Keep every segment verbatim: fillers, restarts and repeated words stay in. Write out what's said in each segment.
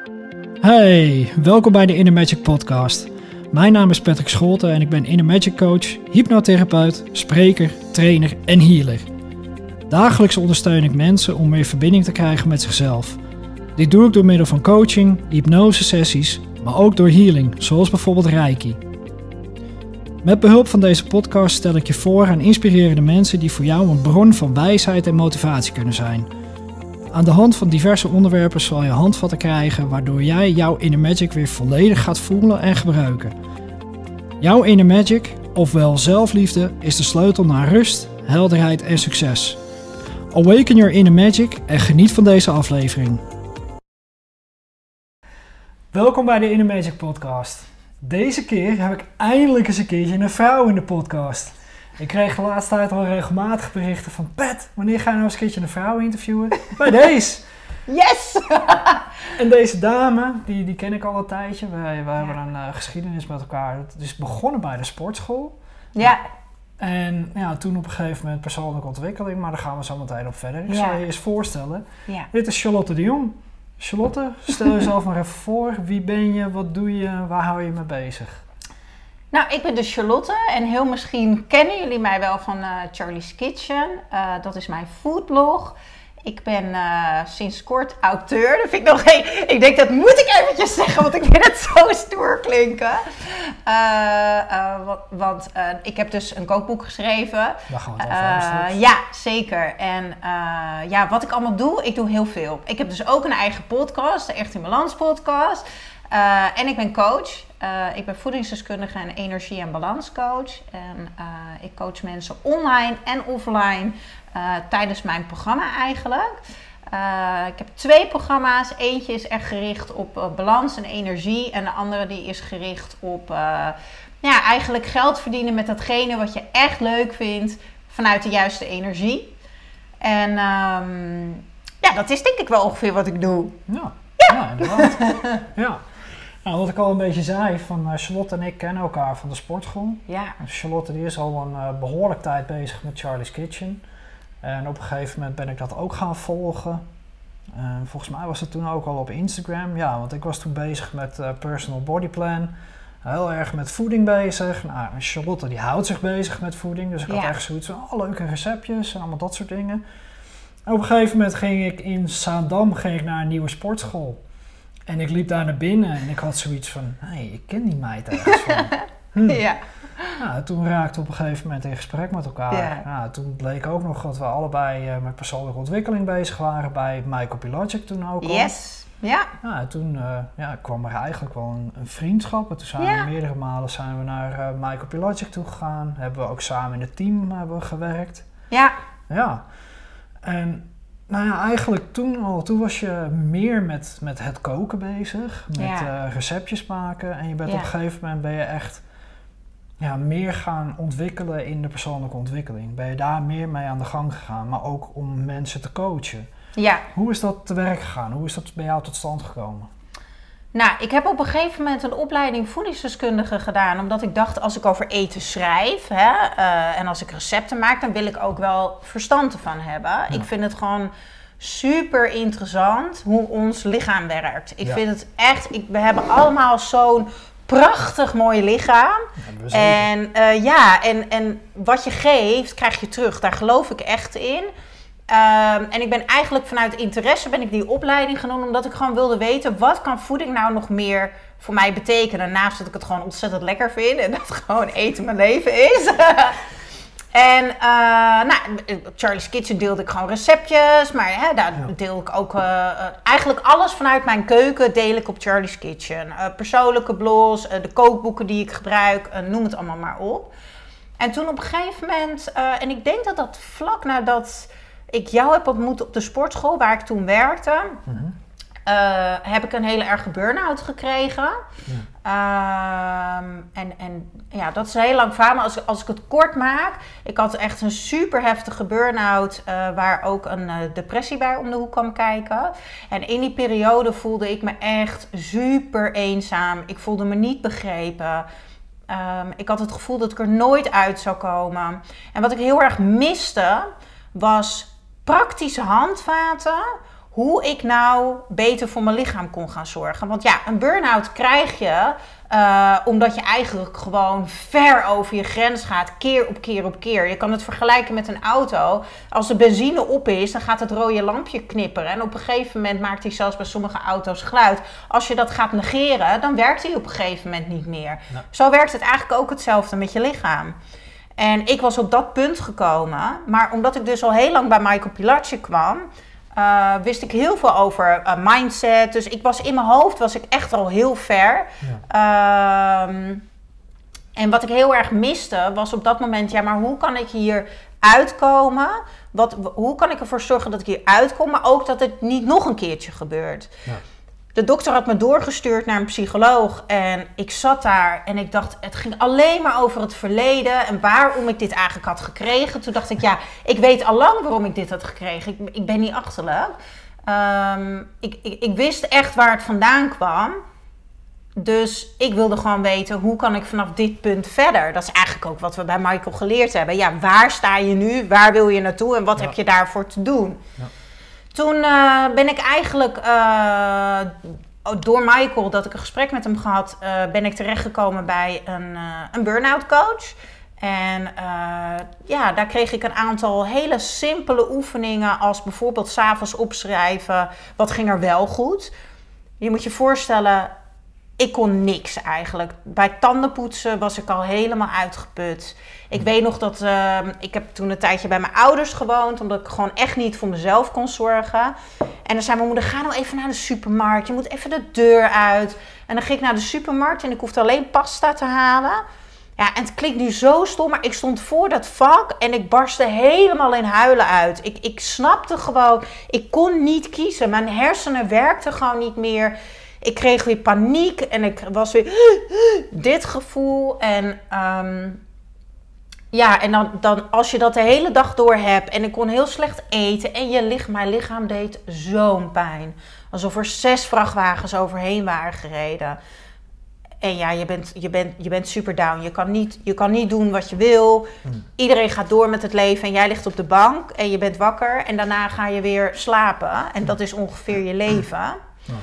Hey, welkom bij de Inner Magic podcast. Mijn naam is Patrick Scholten en ik ben Inner Magic coach, hypnotherapeut, spreker, trainer en healer. Dagelijks ondersteun ik mensen om meer verbinding te krijgen met zichzelf. Dit doe ik door middel van coaching, hypnosesessies, maar ook door healing, zoals bijvoorbeeld Reiki. Met behulp van deze podcast stel ik je voor aan inspirerende mensen die voor jou een bron van wijsheid en motivatie kunnen zijn. Aan de hand van diverse onderwerpen zal je handvatten krijgen waardoor jij jouw Inner Magic weer volledig gaat voelen en gebruiken. Jouw Inner Magic, ofwel zelfliefde, is de sleutel naar rust, helderheid en succes. Awaken your Inner Magic en geniet van deze aflevering. Welkom bij de Inner Magic podcast. Deze keer heb ik eindelijk eens een keertje een vrouw in de podcast. Ik kreeg de laatste tijd al regelmatig berichten van Pat, wanneer ga je nou eens een keertje een vrouw interviewen? Bij deze! Yes! En deze dame, die, die ken ik al een tijdje. We, we ja. hebben een uh, geschiedenis met elkaar. Het is begonnen bij de sportschool. Ja. En ja, toen op een gegeven moment persoonlijke ontwikkeling, maar daar gaan we zo meteen op verder. Ik ja. zal je eens voorstellen. Ja. Dit is Charlotte de Jong. Charlotte, stel jezelf maar even voor. Wie ben je, wat doe je, waar hou je mee bezig? Nou, ik ben dus Charlotte en heel misschien kennen jullie mij wel van uh, Charlie's Kitchen. Uh, dat is mijn foodblog. Ik ben uh, sinds kort auteur. Dat vind ik nog geen... Ik denk dat moet ik eventjes zeggen, want ik vind het zo stoer klinken. Uh, uh, want want uh, ik heb dus een kookboek geschreven. Daar gaan we het over hebben. Uh, ja, zeker. En uh, ja, wat ik allemaal doe, ik doe heel veel. Ik heb dus ook een eigen podcast, de Echt in Balans podcast. Uh, en ik ben coach. Uh, ik ben voedingsdeskundige en energie- en balanscoach. En uh, ik coach mensen online en offline uh, tijdens mijn programma eigenlijk. Uh, ik heb twee programma's. Eentje is echt gericht op uh, balans en energie. En de andere die is gericht op uh, ja, eigenlijk geld verdienen met datgene wat je echt leuk vindt vanuit de juiste energie. En um, ja, dat is denk ik wel ongeveer wat ik doe. Ja, ja. ja inderdaad. ja. Nou, wat ik al een beetje zei, van uh, Charlotte en ik kennen elkaar van de sportschool. Ja. Charlotte die is al een uh, behoorlijk tijd bezig met Charlie's Kitchen. En op een gegeven moment ben ik dat ook gaan volgen. Uh, volgens mij was het toen ook al op Instagram. Ja, want ik was toen bezig met uh, personal body plan. Heel erg met voeding bezig. Nou, Charlotte die houdt zich bezig met voeding. Dus ik had ja. echt zoiets van, oh, leuke receptjes en allemaal dat soort dingen. En op een gegeven moment ging ik in Zaandam ging ik naar een nieuwe sportschool. En ik liep daar naar binnen en ik had zoiets van, hé, hey, ik ken die meid ergens van. Hm. Ja. Nou, toen raakten we op een gegeven moment in gesprek met elkaar. Ja. Nou, toen bleek ook nog dat we allebei uh, met persoonlijke ontwikkeling bezig waren bij My Copy Logic toen ook al. Yes. Ja. Nou, toen uh, ja, kwam er eigenlijk wel een, een vriendschap. En toen zijn ja. we meerdere malen zijn we naar uh, My Copy Logic toe gegaan. Hebben we ook samen in het team hebben we gewerkt. Ja. Ja. En nou ja, eigenlijk toen al, toen was je meer met, met het koken bezig, met ja. uh, receptjes maken en je bent ja. op een gegeven moment ben je echt ja, meer gaan ontwikkelen in de persoonlijke ontwikkeling. Ben je daar meer mee aan de gang gegaan, maar ook om mensen te coachen. Ja. Hoe is dat te werk gegaan? Hoe is dat bij jou tot stand gekomen? Nou, ik heb op een gegeven moment een opleiding voedingsdeskundige gedaan, omdat ik dacht, als ik over eten schrijf hè, uh, en als ik recepten maak, dan wil ik ook wel verstand ervan hebben. Ja. Ik vind het gewoon super interessant hoe ons lichaam werkt. Ik ja. vind het echt, ik, we hebben allemaal zo'n prachtig mooi lichaam. Ja, en uh, ja, en, en wat je geeft, krijg je terug. Daar geloof ik echt in. Um, en ik ben eigenlijk vanuit interesse ben ik die opleiding genomen, omdat ik gewoon wilde weten, wat kan voeding nou nog meer voor mij betekenen? Naast dat ik het gewoon ontzettend lekker vind en dat gewoon eten mijn leven is. En uh, nou, Charlie's Kitchen deelde ik gewoon receptjes, maar hè, daar ja. deel ik ook uh, eigenlijk alles vanuit mijn keuken deel ik op Charlie's Kitchen. Uh, persoonlijke blogs, uh, de kookboeken die ik gebruik, uh, noem het allemaal maar op. En toen op een gegeven moment, uh, en ik denk dat dat vlak nadat ik jou heb ontmoet op de sportschool waar ik toen werkte, mm-hmm. uh, heb ik een hele erge burn-out gekregen. Ja. Um, en, en ja, dat is een heel lang verhaal, maar als, als ik het kort maak, ik had echt een super heftige burn-out, uh, waar ook een uh, depressie bij om de hoek kwam kijken. En in die periode voelde ik me echt super eenzaam. Ik voelde me niet begrepen. Um, ik had het gevoel dat ik er nooit uit zou komen. En wat ik heel erg miste, was praktische handvaten hoe ik nou beter voor mijn lichaam kon gaan zorgen. Want ja, een burn-out krijg je uh, omdat je eigenlijk gewoon ver over je grens gaat, keer op keer op keer. Je kan het vergelijken met een auto. Als de benzine op is, dan gaat het rode lampje knipperen. En op een gegeven moment maakt hij zelfs bij sommige auto's geluid. Als je dat gaat negeren, dan werkt hij op een gegeven moment niet meer. Ja. Zo werkt het eigenlijk ook hetzelfde met je lichaam. En ik was op dat punt gekomen, maar omdat ik dus al heel lang bij Michael Pilarczyk kwam, Uh, wist ik heel veel over uh, mindset. Dus ik was in mijn hoofd was ik echt al heel ver. Ja. Um, en wat ik heel erg miste was op dat moment, ja, maar hoe kan ik hier uitkomen? Wat, hoe kan ik ervoor zorgen dat ik hier uitkom, maar ook dat het niet nog een keertje gebeurt? Ja. De dokter had me doorgestuurd naar een psycholoog en ik zat daar en ik dacht, het ging alleen maar over het verleden en waarom ik dit eigenlijk had gekregen. Toen dacht ik, ja, ik weet al lang waarom ik dit had gekregen. Ik, ik ben niet achterlijk. Um, ik, ik, ik wist echt waar het vandaan kwam. Dus ik wilde gewoon weten, hoe kan ik vanaf dit punt verder? Dat is eigenlijk ook wat we bij Michael geleerd hebben. Ja, waar sta je nu? Waar wil je naartoe? En wat ja. heb je daarvoor te doen? Ja. Toen uh, ben ik eigenlijk, uh, door Michael, dat ik een gesprek met hem gehad, uh, ben ik terechtgekomen bij een, uh, een burn-out coach. En uh, ja, daar kreeg ik een aantal hele simpele oefeningen, als bijvoorbeeld 's avonds opschrijven, wat ging er wel goed. Je moet je voorstellen, ik kon niks eigenlijk. Bij tandenpoetsen was ik al helemaal uitgeput. Ik weet nog dat, uh, ik heb toen een tijdje bij mijn ouders gewoond, omdat ik gewoon echt niet voor mezelf kon zorgen. En dan zei mijn moeder, ga nou even naar de supermarkt, je moet even de deur uit. En dan ging ik naar de supermarkt en ik hoefde alleen pasta te halen. Ja, en het klinkt nu zo stom, maar ik stond voor dat vak en ik barstte helemaal in huilen uit. Ik, ik snapte gewoon, ik kon niet kiezen. Mijn hersenen werkten gewoon niet meer. Ik kreeg weer paniek en ik was weer dit gevoel. En um, ja, en dan, dan als je dat de hele dag door hebt en ik kon heel slecht eten en je lichaam, mijn lichaam deed zo'n pijn. Alsof er zes vrachtwagens overheen waren gereden. En ja, je bent, je bent, je bent super down. Je kan, niet, je kan niet doen wat je wil. Hmm. Iedereen gaat door met het leven en jij ligt op de bank en je bent wakker. En daarna ga je weer slapen. En dat is ongeveer je leven. Hmm.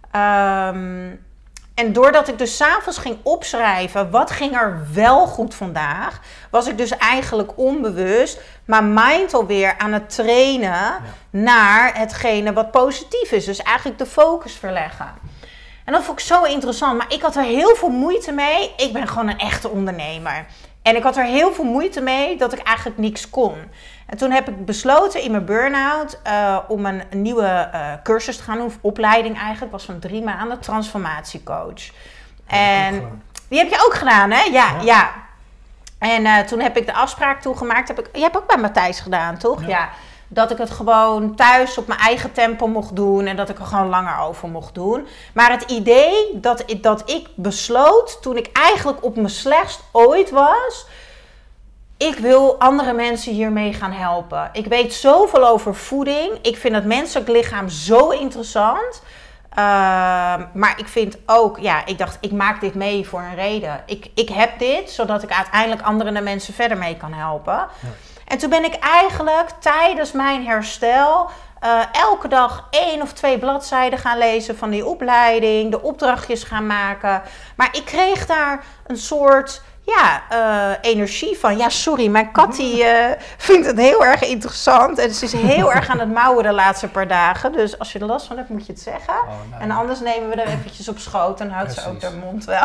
Um, en doordat ik dus 's avonds ging opschrijven, wat ging er wel goed vandaag, was ik dus eigenlijk onbewust mijn mind alweer aan het trainen ja. naar hetgene wat positief is. Dus eigenlijk de focus verleggen. En dat vond ik zo interessant, maar ik had er heel veel moeite mee. Ik ben gewoon een echte ondernemer. En ik had er heel veel moeite mee dat ik eigenlijk niks kon. En toen heb ik besloten in mijn burn-out uh, om een, een nieuwe uh, cursus te gaan doen, of opleiding eigenlijk, was van drie maanden, transformatiecoach. En die heb je ook gedaan, hè? Ja, ja. ja. En uh, toen heb ik de afspraak toegemaakt. Heb ik, je hebt ook bij Matthijs gedaan, toch? Ja. ja. Dat ik het gewoon thuis op mijn eigen tempo mocht doen en dat ik er gewoon langer over mocht doen. Maar het idee dat, dat ik besloot, toen ik eigenlijk op mijn slechtst ooit was, ik wil andere mensen hiermee gaan helpen. Ik weet zoveel over voeding. Ik vind het menselijk lichaam zo interessant. Uh, maar ik vind ook, ja, ik dacht, ik maak dit mee voor een reden. Ik, ik heb dit, zodat ik uiteindelijk andere mensen verder mee kan helpen. Ja. En toen ben ik eigenlijk tijdens mijn herstel uh, elke dag één of twee bladzijden gaan lezen van die opleiding, de opdrachtjes gaan maken. Maar ik kreeg daar een soort ja, uh, energie van. Ja, sorry, mijn kat die, uh, vindt het heel erg interessant. En ze is heel erg aan het mouwen de laatste paar dagen. Dus als je er last van hebt, moet je het zeggen. Oh, nee. En anders nemen we er eventjes op schoot en houdt Precies. ze ook haar mond wel.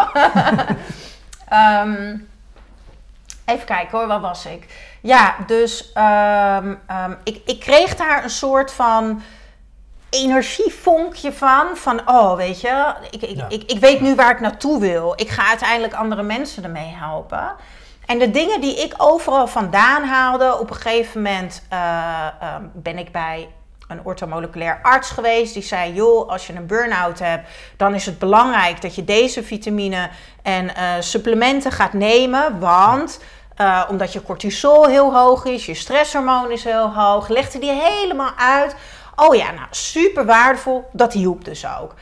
um, even kijken hoor, waar was ik? Ja, dus um, um, ik, ik kreeg daar een soort van energievonkje van. Van, oh, weet je, ik, ik, ja. ik, ik weet nu waar ik naartoe wil. Ik ga uiteindelijk andere mensen ermee helpen. En de dingen die ik overal vandaan haalde, op een gegeven moment uh, uh, ben ik bij een orthomoleculair arts geweest. Die zei, joh, als je een burn-out hebt, dan is het belangrijk dat je deze vitamine en uh, supplementen gaat nemen. Want Uh, omdat je cortisol heel hoog is, je stresshormoon is heel hoog. Legde die helemaal uit. Oh ja, nou super waardevol. Dat hielp dus ook.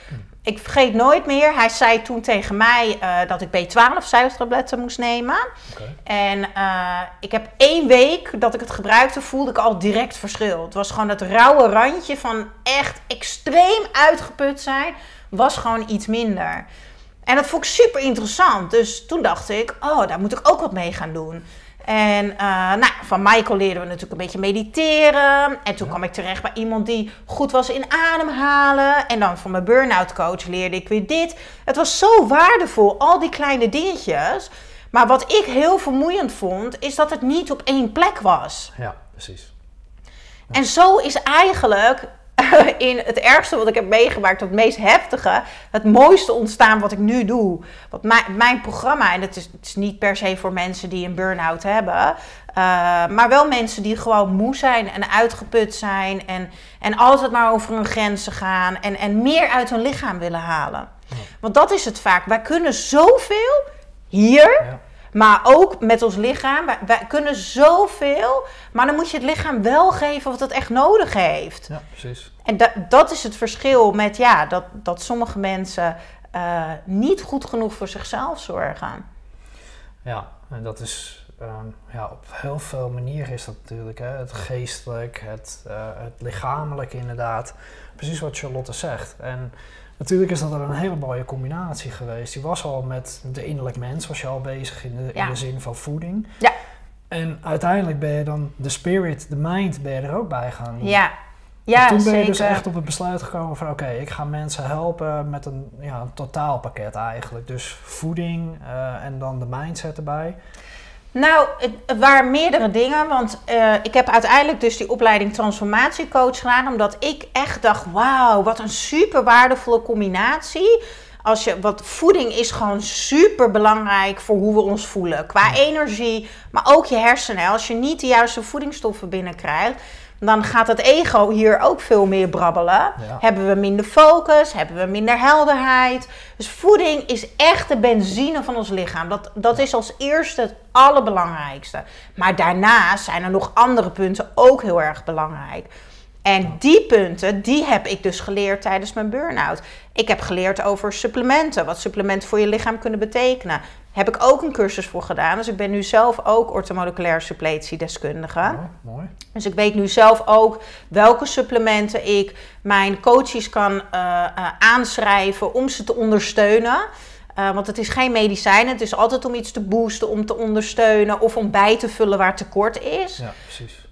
ik vergeet nooit meer, hij zei toen tegen mij uh, dat ik B twaalf zuigtabletten moest nemen. Okay. En uh, ik heb één week dat ik het gebruikte, voelde ik al direct verschil. Het was gewoon dat rauwe randje van echt extreem uitgeput zijn, was gewoon iets minder. En dat vond ik super interessant. Dus toen dacht ik, oh, daar moet ik ook wat mee gaan doen. En uh, nou, van Michael leerden we natuurlijk een beetje mediteren. En toen ja. kwam ik terecht bij iemand die goed was in ademhalen. En dan van mijn burn-out coach leerde ik weer dit. Het was zo waardevol, al die kleine dingetjes. Maar wat ik heel vermoeiend vond, is dat het niet op één plek was. Ja, precies. Ja. En zo is eigenlijk in het ergste wat ik heb meegemaakt, het meest heftige, het mooiste ontstaan wat ik nu doe. Want mijn, mijn programma, en het is, het is niet per se voor mensen die een burn-out hebben, uh, maar wel mensen die gewoon moe zijn en uitgeput zijn en, en altijd maar over hun grenzen gaan en, en meer uit hun lichaam willen halen. Ja. Want dat is het vaak. Wij kunnen zoveel hier, ja. maar ook met ons lichaam. Wij, wij kunnen zoveel, maar dan moet je het lichaam wel geven wat het echt nodig heeft. Ja, precies. En da- dat is het verschil met ja, dat, dat sommige mensen uh, niet goed genoeg voor zichzelf zorgen. Ja, en dat is um, ja, op heel veel manieren is dat natuurlijk. Hè? Het geestelijk, het, uh, het lichamelijk inderdaad. Precies wat Charlotte zegt. En natuurlijk is dat er een hele mooie combinatie geweest. Die was al met de innerlijk mens, was je al bezig in de, ja. in de zin van voeding. Ja. En uiteindelijk ben je dan de spirit, de mind, ben je er ook bij gaan doen. Ja. Ja, toen ben je zeker. dus echt op het besluit gekomen van oké, okay, ik ga mensen helpen met een, ja, een totaalpakket eigenlijk. Dus voeding uh, en dan de mindset erbij. Nou, het, het waren meerdere dingen, want uh, ik heb uiteindelijk dus die opleiding transformatiecoach gedaan, omdat ik echt dacht, wauw, wat een super waardevolle combinatie. Als je, wat voeding is gewoon super belangrijk voor hoe we ons voelen, qua ja. energie, maar ook je hersenen. Als je niet de juiste voedingsstoffen binnenkrijgt, dan gaat het ego hier ook veel meer brabbelen. Ja. Hebben we minder focus, hebben we minder helderheid. Dus voeding is echt de benzine van ons lichaam. Dat, dat is als eerste het allerbelangrijkste. Maar daarnaast zijn er nog andere punten ook heel erg belangrijk. En die punten, die heb ik dus geleerd tijdens mijn burn-out. Ik heb geleerd over supplementen, wat supplementen voor je lichaam kunnen betekenen. Heb ik ook een cursus voor gedaan. Dus ik ben nu zelf ook orthomoleculaire suppletiedeskundige. Oh, mooi. Dus ik weet nu zelf ook welke supplementen ik mijn coaches kan uh, uh, aanschrijven om ze te ondersteunen. Uh, want het is geen medicijn. Het is altijd om iets te boosten, om te ondersteunen of om bij te vullen waar tekort is. Ja, precies.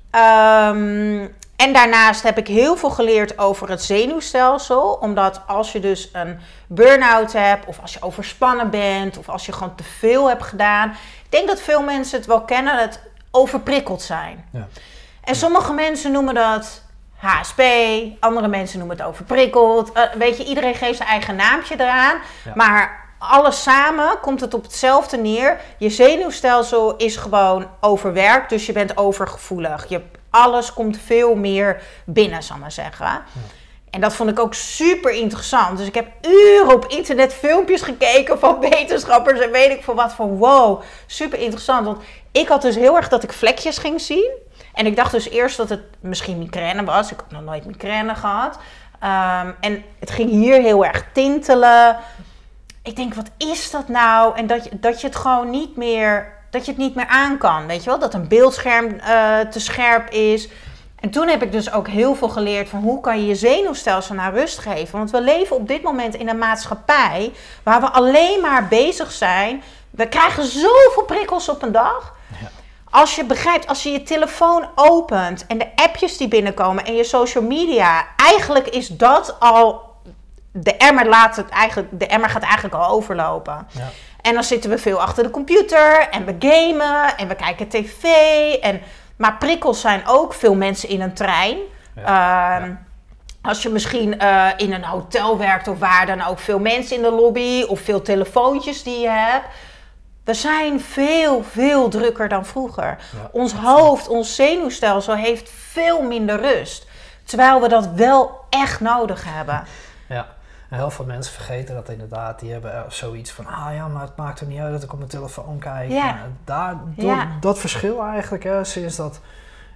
Um, En daarnaast heb ik heel veel geleerd over het zenuwstelsel. Omdat als je dus een burn-out hebt, of als je overspannen bent, of als je gewoon te veel hebt gedaan. Ik denk dat veel mensen het wel kennen, het overprikkeld zijn. Ja. En sommige mensen noemen dat H S P, andere mensen noemen het overprikkeld. Uh, weet je, iedereen geeft zijn eigen naampje eraan. Ja. Maar alles samen komt het op hetzelfde neer. Je zenuwstelsel is gewoon overwerkt, dus je bent overgevoelig. Je Alles komt veel meer binnen, zal ik maar zeggen. Ja. En dat vond ik ook super interessant. Dus ik heb uren op internet filmpjes gekeken van wetenschappers en weet ik veel wat van wow, super interessant. Want ik had dus heel erg dat ik vlekjes ging zien. En ik dacht dus eerst dat het misschien migraine was. Ik had nog nooit migraine gehad. Um, en het ging hier heel erg tintelen. Ik denk, wat is dat nou? En dat je, dat je het gewoon niet meer... dat je het niet meer aan kan, weet je wel? Dat een beeldscherm uh, te scherp is. En toen heb ik dus ook heel veel geleerd van hoe kan je je zenuwstelsel naar rust geven. Want we leven op dit moment in een maatschappij waar we alleen maar bezig zijn. We krijgen zoveel prikkels op een dag. Ja. Als je begrijpt, als je je telefoon opent en de appjes die binnenkomen en je social media, eigenlijk is dat al... De emmer, laat het eigenlijk, de emmer gaat eigenlijk al overlopen. Ja. En dan zitten we veel achter de computer en we gamen en we kijken tv. En, maar prikkels zijn ook veel mensen in een trein. Ja. Um, ja. Als je misschien uh, in een hotel werkt of waar dan ook veel mensen in de lobby of veel telefoontjes die je hebt. We zijn veel, veel drukker dan vroeger. Ja. Ons hoofd, ons zenuwstelsel heeft veel minder rust. Terwijl we dat wel echt nodig hebben. Ja. En heel veel mensen vergeten dat inderdaad. Die hebben zoiets van, ah ja, maar het maakt er niet uit dat ik op mijn telefoon kijk. Ja. Nou, daar, door, ja. dat verschil eigenlijk, hè, sinds dat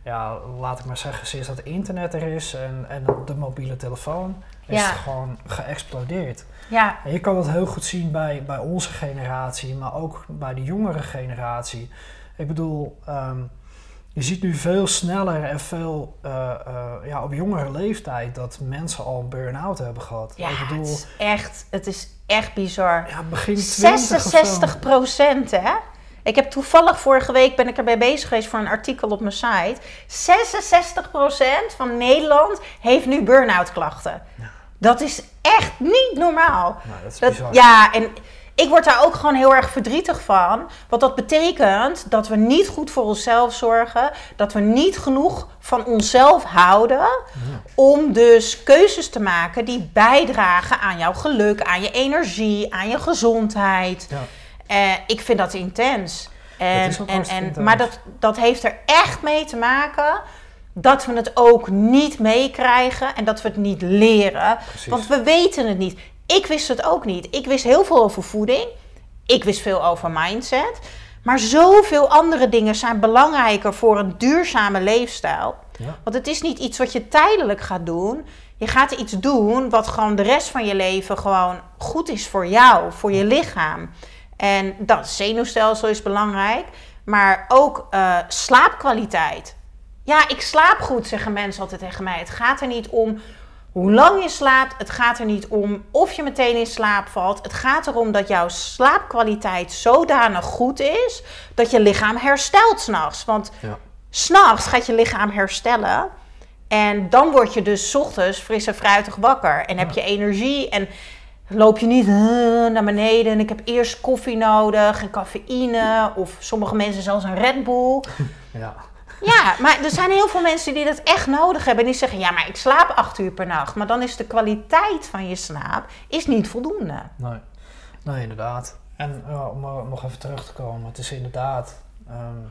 ja, laat ik maar zeggen, sinds dat internet er is en, en de mobiele telefoon, is Ja. het gewoon geëxplodeerd. Ja, En je kan dat heel goed zien bij, bij onze generatie, maar ook bij de jongere generatie. Ik bedoel, um, je ziet nu veel sneller en veel uh, uh, ja, op jongere leeftijd dat mensen al een burn-out hebben gehad. ja ik bedoel, het is echt, het is echt bizar. ja, begin twintig zesenzestig procent, hè? Ik heb toevallig vorige week ben ik erbij bezig geweest voor een artikel op mijn site. zesenzestig procent van Nederland heeft nu burn-out klachten. Ja. Dat is echt niet normaal. Nou, dat is Dat, bizar. ja, en ik word daar ook gewoon heel erg verdrietig van. Want dat betekent dat we niet goed voor onszelf zorgen. Dat we niet genoeg van onszelf houden. Ja. Om dus keuzes te maken die bijdragen aan jouw geluk, aan je energie, aan je gezondheid. Ja. Uh, ik vind dat intens. En, Dat is ook en, hartstikke en, intens. maar dat, dat heeft er echt mee te maken dat we het ook niet meekrijgen en dat we het niet leren. Precies. Want we weten het niet. Ik wist het ook niet. Ik wist heel veel over voeding. Ik wist veel over mindset. Maar zoveel andere dingen zijn belangrijker voor een duurzame leefstijl. Ja. Want het is niet iets wat je tijdelijk gaat doen. Je gaat iets doen wat gewoon de rest van je leven gewoon goed is voor jou, voor je lichaam. En dat zenuwstelsel is belangrijk, maar ook uh, slaapkwaliteit. Ja, ik slaap goed, zeggen mensen altijd tegen mij. Het gaat er niet om hoe lang je slaapt. Het gaat er niet om of je meteen in slaap valt. Het gaat erom dat jouw slaapkwaliteit zodanig goed is dat je lichaam herstelt 's nachts. Want Ja. 's nachts gaat je lichaam herstellen. En dan word je dus 's ochtends fris en fruitig wakker. En heb je energie en loop je niet uh, naar beneden. En ik heb eerst koffie nodig en cafeïne. Of sommige mensen zelfs een Red Bull. Ja. Ja, maar er zijn heel veel mensen die dat echt nodig hebben. En die zeggen, ja, maar ik slaap acht uur per nacht. Maar dan is de kwaliteit van je slaap is niet voldoende. Nee. nee, inderdaad. En uh, om uh, nog even terug te komen, het is inderdaad... Um,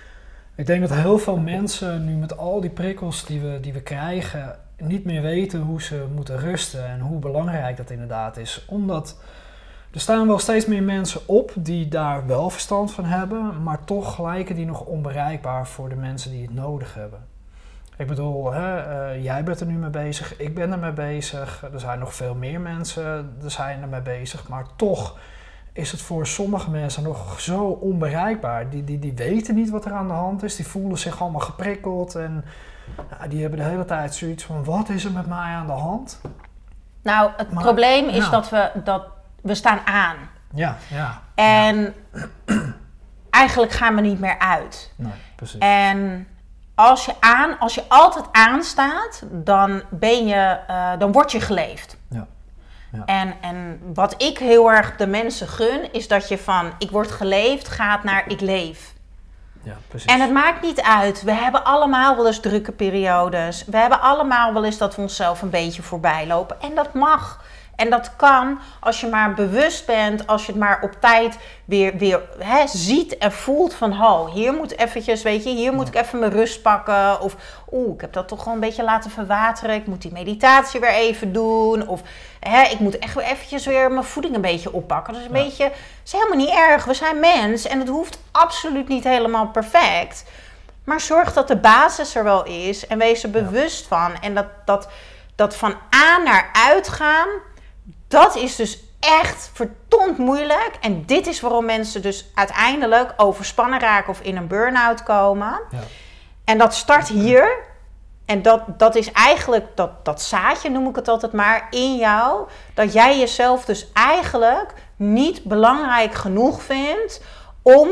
ik denk dat heel veel mensen nu met al die prikkels die we, die we krijgen niet meer weten hoe ze moeten rusten en hoe belangrijk dat inderdaad is. Omdat er staan wel steeds meer mensen op die daar wel verstand van hebben, maar toch lijken die nog onbereikbaar voor de mensen die het nodig hebben. Ik bedoel, hè, uh, jij bent er nu mee bezig, ik ben er mee bezig, er zijn nog veel meer mensen er zijn er mee bezig, maar toch is het voor sommige mensen nog zo onbereikbaar. Die, die, die weten niet wat er aan de hand is, die voelen zich allemaal geprikkeld en ja, die hebben de hele tijd zoiets van, wat is er met mij aan de hand? Nou, het Maar, probleem is ja. dat we, dat we staan aan. Ja, ja. En ja. eigenlijk gaan we niet meer uit. Nee, precies. En als je, aan, als je altijd aanstaat, dan, ben je, uh, dan word je geleefd. Ja. Ja. En, en wat ik heel erg de mensen gun, is dat je van ik word geleefd gaat naar ik leef. Ja, precies. En het maakt niet uit. We hebben allemaal wel eens drukke periodes. We hebben allemaal wel eens dat we onszelf een beetje voorbij lopen. En dat mag. En dat kan als je maar bewust bent, als je het maar op tijd weer, weer hè, ziet en voelt van, oh, hier moet eventjes, weet je, hier moet ik even mijn rust pakken. Of, oeh, ik heb dat toch gewoon een beetje laten verwateren. Ik moet die meditatie weer even doen. Of, hè, ik moet echt weer eventjes weer mijn voeding een beetje oppakken. Dat is een Ja. beetje, dat is helemaal niet erg. We zijn mens en het hoeft absoluut niet helemaal perfect. Maar zorg dat de basis er wel is en wees er bewust van. En dat, dat, dat van aan naar uitgaan, dat is dus echt verdomd moeilijk. En dit is waarom mensen dus uiteindelijk overspannen raken of in een burn-out komen. Ja. En dat start hier. En dat, dat is eigenlijk dat, dat zaadje, noem ik het altijd maar, in jou. Dat jij jezelf dus eigenlijk niet belangrijk genoeg vindt om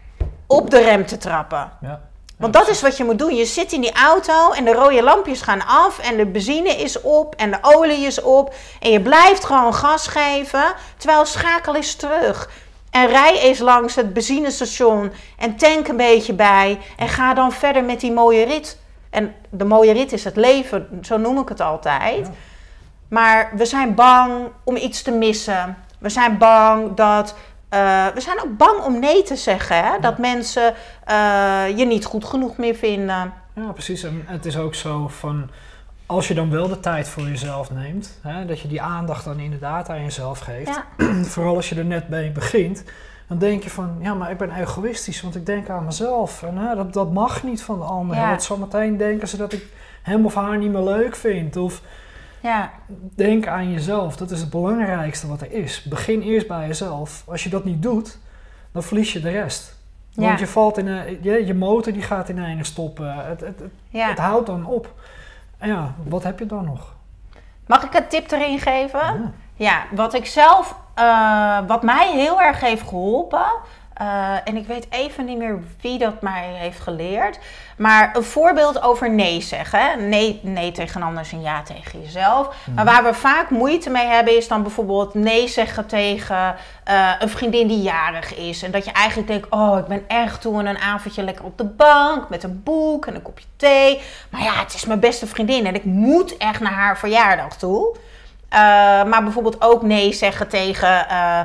op de rem te trappen. Ja. Want Ja, dat is wat je moet doen. Je zit in die auto en de rode lampjes gaan af en de benzine is op en de olie is op. En je blijft gewoon gas geven, terwijl schakel is terug. En rij eens langs het benzinestation en tank een beetje bij en ga dan verder met die mooie rit. En de mooie rit is het leven, zo noem ik het altijd. Ja. Maar we zijn bang om iets te missen. We zijn bang dat... Uh, we zijn ook bang om nee te zeggen. Hè? Ja. Dat mensen uh, je niet goed genoeg meer vinden. Ja, precies. En het is ook zo van, als je dan wel de tijd voor jezelf neemt, hè, dat je die aandacht dan inderdaad aan jezelf geeft. Ja. Vooral als je er net mee begint, dan denk je van, ja, maar ik ben egoïstisch, want ik denk aan mezelf. En hè, dat, dat mag niet van de ander. Ja. Want zometeen denken ze dat ik hem of haar niet meer leuk vind. Of Ja. denk aan jezelf. Dat is het belangrijkste wat er is. Begin eerst bij jezelf. Als je dat niet doet, dan verlies je de rest. Want Ja. je valt in een, je, je motor die gaat ineinig stoppen. Het, het, het, Ja. het houdt dan op. En ja, wat heb je dan nog? Mag ik een tip erin geven? Ja. Ja, wat ik zelf, uh, wat mij heel erg heeft geholpen, uh, en ik weet even niet meer wie dat mij heeft geleerd, maar een voorbeeld over nee zeggen. Hè? Nee, nee tegen anders en ja tegen jezelf. Mm. Maar waar we vaak moeite mee hebben is dan bijvoorbeeld nee zeggen tegen uh, een vriendin die jarig is. En dat je eigenlijk denkt, oh, ik ben echt toe aan een avondje lekker op de bank met een boek en een kopje thee. Maar ja, het is mijn beste vriendin en ik moet echt naar haar verjaardag toe. Uh, maar bijvoorbeeld ook nee zeggen tegen uh,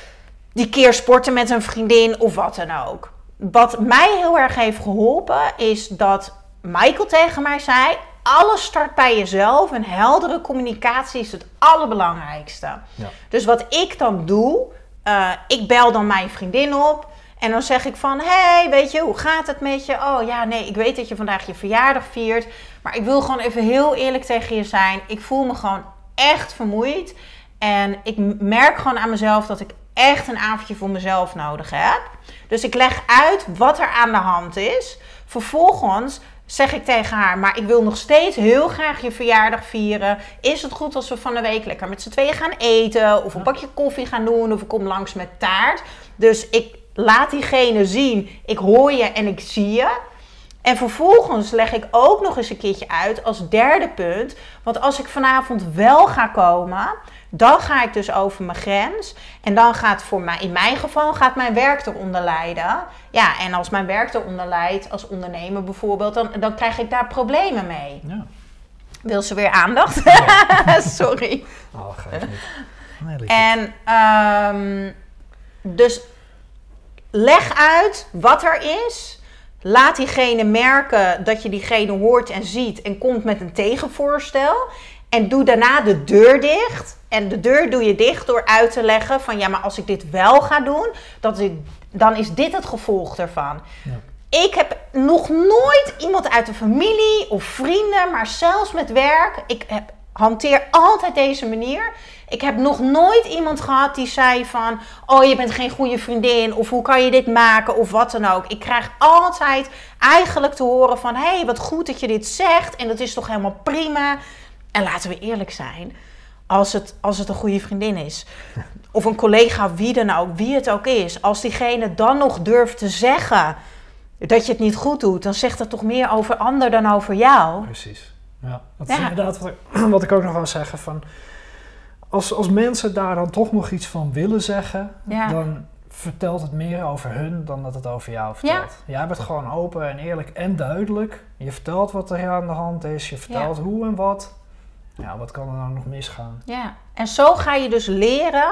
die keer sporten met een vriendin of wat dan ook. Wat mij heel erg heeft geholpen is dat Michael tegen mij zei, alles start bij jezelf en heldere communicatie is het allerbelangrijkste. Ja. Dus wat ik dan doe, uh, ik bel dan mijn vriendin op en dan zeg ik van, hey, weet je, hoe gaat het met je? Oh ja, nee, ik weet dat je vandaag je verjaardag viert, maar ik wil gewoon even heel eerlijk tegen je zijn. Ik voel me gewoon echt vermoeid. En ik merk gewoon aan mezelf dat ik echt een avondje voor mezelf nodig heb. Dus ik leg uit wat er aan de hand is. Vervolgens zeg ik tegen haar, maar ik wil nog steeds heel graag je verjaardag vieren. Is het goed als we van de week lekker met z'n tweeën gaan eten? Of een bakje koffie gaan doen? Of ik kom langs met taart? Dus ik laat diegene zien, ik hoor je en ik zie je. En vervolgens leg ik ook nog eens een keertje uit als derde punt. Want als ik vanavond wel ga komen, dan ga ik dus over mijn grens. En dan gaat voor mij, in mijn geval, gaat mijn werk eronder lijden. Ja, en als mijn werk eronder lijdt, als ondernemer bijvoorbeeld, dan, dan krijg ik daar problemen mee. Ja. Wil ze weer aandacht? Ja. Sorry. Oh, geef niet. Nee, en um, dus leg uit wat er is. Laat diegene merken dat je diegene hoort en ziet en komt met een tegenvoorstel. En doe daarna de deur dicht. En de deur doe je dicht door uit te leggen van ja, maar als ik dit wel ga doen, dat ik, dan is dit het gevolg ervan. Ja. Ik heb nog nooit iemand uit de familie of vrienden, maar zelfs met werk, ik heb, hanteer altijd deze manier. Ik heb nog nooit iemand gehad die zei van, oh, je bent geen goede vriendin of hoe kan je dit maken of wat dan ook. Ik krijg altijd eigenlijk te horen van, hé, hey, wat goed dat je dit zegt en dat is toch helemaal prima. En laten we eerlijk zijn, als het, als het een goede vriendin is of een collega, wie dan ook, wie het ook is. Als diegene dan nog durft te zeggen dat je het niet goed doet, dan zegt dat toch meer over ander dan over jou. Precies. Ja, dat is ja. inderdaad wat ik, wat ik ook nog wil zeggen van, Als, als mensen daar dan toch nog iets van willen zeggen, ja. dan vertelt het meer over hun dan dat het over jou vertelt. Ja. Jij bent gewoon open en eerlijk en duidelijk. Je vertelt wat er aan de hand is, je vertelt ja. hoe en wat. Ja, wat kan er nou nog misgaan? Ja, en zo ga je dus leren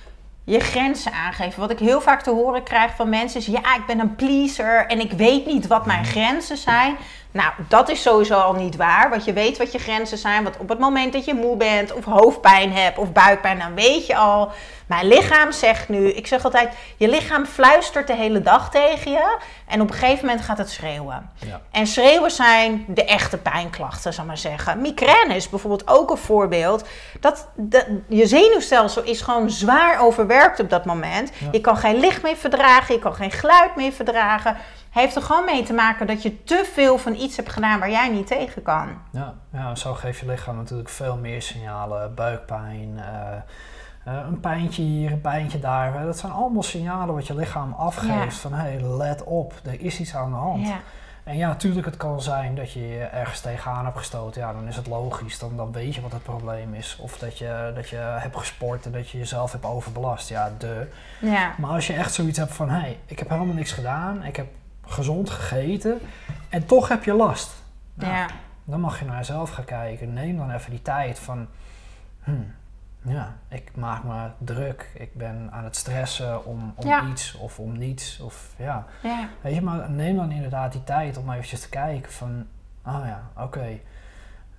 je grenzen aangeven. Wat ik heel vaak te horen krijg van mensen is, ja, ik ben een pleaser en ik weet niet wat mijn grenzen zijn. Nou, dat is sowieso al niet waar, want je weet wat je grenzen zijn. Want op het moment dat je moe bent of hoofdpijn hebt of buikpijn, dan weet je al, mijn lichaam zegt nu, ik zeg altijd, je lichaam fluistert de hele dag tegen je en op een gegeven moment gaat het schreeuwen. Ja. En schreeuwen zijn de echte pijnklachten, zal ik maar zeggen. Migraine is bijvoorbeeld ook een voorbeeld. Dat de, je zenuwstelsel is gewoon zwaar overwerkt op dat moment. Ja. Je kan geen licht meer verdragen, je kan geen geluid meer verdragen. Heeft er gewoon mee te maken dat je te veel van iets hebt gedaan waar jij niet tegen kan. Ja, ja, zo geeft je lichaam natuurlijk veel meer signalen. Buikpijn, uh, uh, een pijntje hier, een pijntje daar. Dat zijn allemaal signalen wat je lichaam afgeeft ja. van hé, hey, let op, er is iets aan de hand. Ja. En ja, natuurlijk het kan zijn dat je je ergens tegenaan hebt gestoten. Ja, dan is het logisch, dan, dan weet je wat het probleem is. Of dat je, dat je hebt gesport en dat je jezelf hebt overbelast. Ja, de. Ja. Maar als je echt zoiets hebt van hé, hey, ik heb helemaal niks gedaan, ik heb gezond gegeten en toch heb je last. Nou, ja. Dan mag je naar jezelf gaan kijken. Neem dan even die tijd van, hmm, ja, ik maak me druk. Ik ben aan het stressen om, om ja. iets of om niets. Of, ja. Ja. Weet je, maar neem dan inderdaad die tijd om eventjes te kijken van, oh ja, oké. Okay.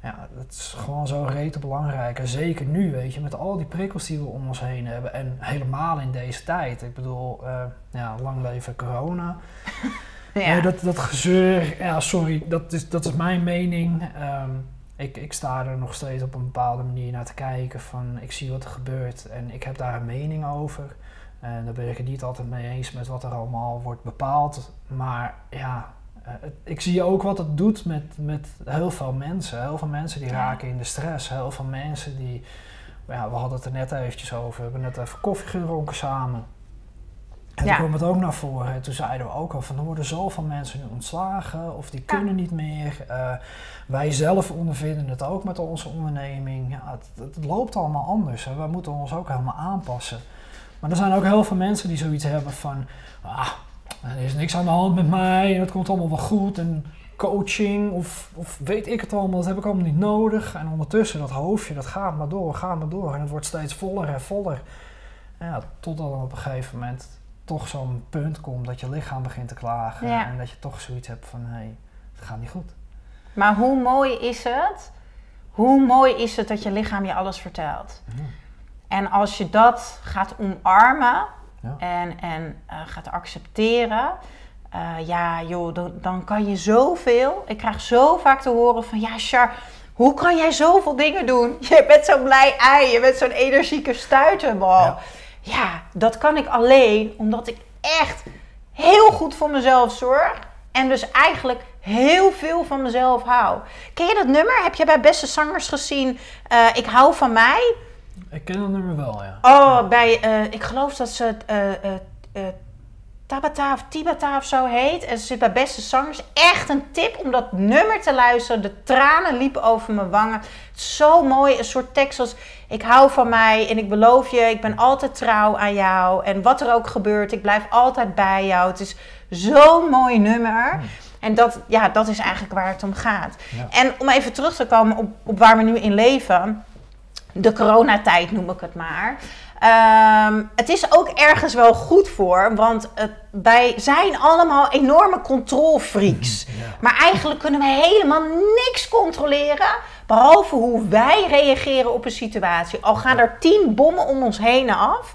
Ja, dat is gewoon zo rete belangrijk. En zeker nu, weet je, met al die prikkels die we om ons heen hebben. En helemaal in deze tijd. Ik bedoel, uh, ja, lang leven corona. Ja. Uh, dat, dat gezeur, ja, sorry, dat is, dat is mijn mening. Um, ik, ik sta er nog steeds op een bepaalde manier naar te kijken. Van, ik zie wat er gebeurt en ik heb daar een mening over. En daar ben ik het niet altijd mee eens met wat er allemaal wordt bepaald. Maar ja... Uh, het, ik zie ook wat het doet met, met heel veel mensen. Heel veel mensen die ja. raken in de stress. Heel veel mensen die... Ja, we hadden het er net eventjes over. We hebben net even koffie gedronken samen. En ja. toen kwam het ook naar voren. Toen zeiden we ook al van er worden zoveel mensen nu ontslagen. Of die kunnen ja. niet meer. Uh, wij zelf ondervinden het ook met onze onderneming. Ja, het, het loopt allemaal anders. Hè. We moeten ons ook helemaal aanpassen. Maar er zijn ook heel veel mensen die zoiets hebben van... Ah, er is niks aan de hand met mij en het komt allemaal wel goed en coaching of, of weet ik het allemaal, dat heb ik allemaal niet nodig. En ondertussen dat hoofdje, dat gaat maar door, gaat maar door en het wordt steeds voller en voller. En ja, totdat er op een gegeven moment toch zo'n punt komt dat je lichaam begint te klagen ja. en dat je toch zoiets hebt van hé, hey, het gaat niet goed. Maar hoe mooi is het, hoe mooi is het dat je lichaam je alles vertelt. Ja. En als je dat gaat omarmen... Ja. En, en uh, gaat accepteren. Uh, ja, joh, dan, dan kan je zoveel. Ik krijg zo vaak te horen van... Ja, Char, hoe kan jij zoveel dingen doen? Je bent zo'n blij ei. Je bent zo'n energieke stuiterbal. Ja. ja, dat kan ik alleen omdat ik echt heel goed voor mezelf zorg. En dus eigenlijk heel veel van mezelf hou. Ken je dat nummer? Heb je bij Beste Zangers gezien? Uh, ik hou van mij... Ik ken dat nummer wel, ja. Oh, ja. bij, uh, ik geloof dat ze uh, uh, uh, Tabata of Tibata of zo heet. En ze zit bij Beste Zangers. Echt een tip om dat nummer te luisteren. De tranen liepen over mijn wangen. Het is zo mooi, een soort tekst als... Ik hou van mij en ik beloof je, ik ben altijd trouw aan jou. En wat er ook gebeurt, ik blijf altijd bij jou. Het is zo'n mooi nummer. Hmm. En dat, ja, dat is eigenlijk waar het om gaat. Ja. En om even terug te komen op, op waar we nu in leven... De coronatijd noem ik het maar. Um, het is ook ergens wel goed voor, want het, wij zijn allemaal enorme controlfreaks. Ja. Maar eigenlijk kunnen we helemaal niks controleren, behalve hoe wij reageren op een situatie. Al gaan er tien bommen om ons heen af,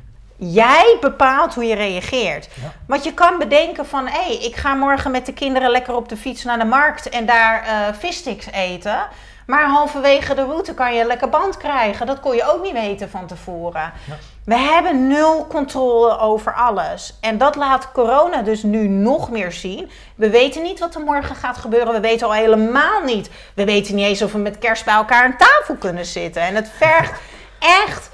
jij bepaalt hoe je reageert. Ja. Want je kan bedenken van, hé, hey, ik ga morgen met de kinderen lekker op de fiets naar de markt en daar uh, vissticks eten. Maar halverwege de route kan je een lekker band krijgen. Dat kon je ook niet weten van tevoren. Ja. We hebben nul controle over alles. En dat laat corona dus nu nog meer zien. We weten niet wat er morgen gaat gebeuren. We weten al helemaal niet. We weten niet eens of we met kerst bij elkaar aan tafel kunnen zitten. En het vergt echt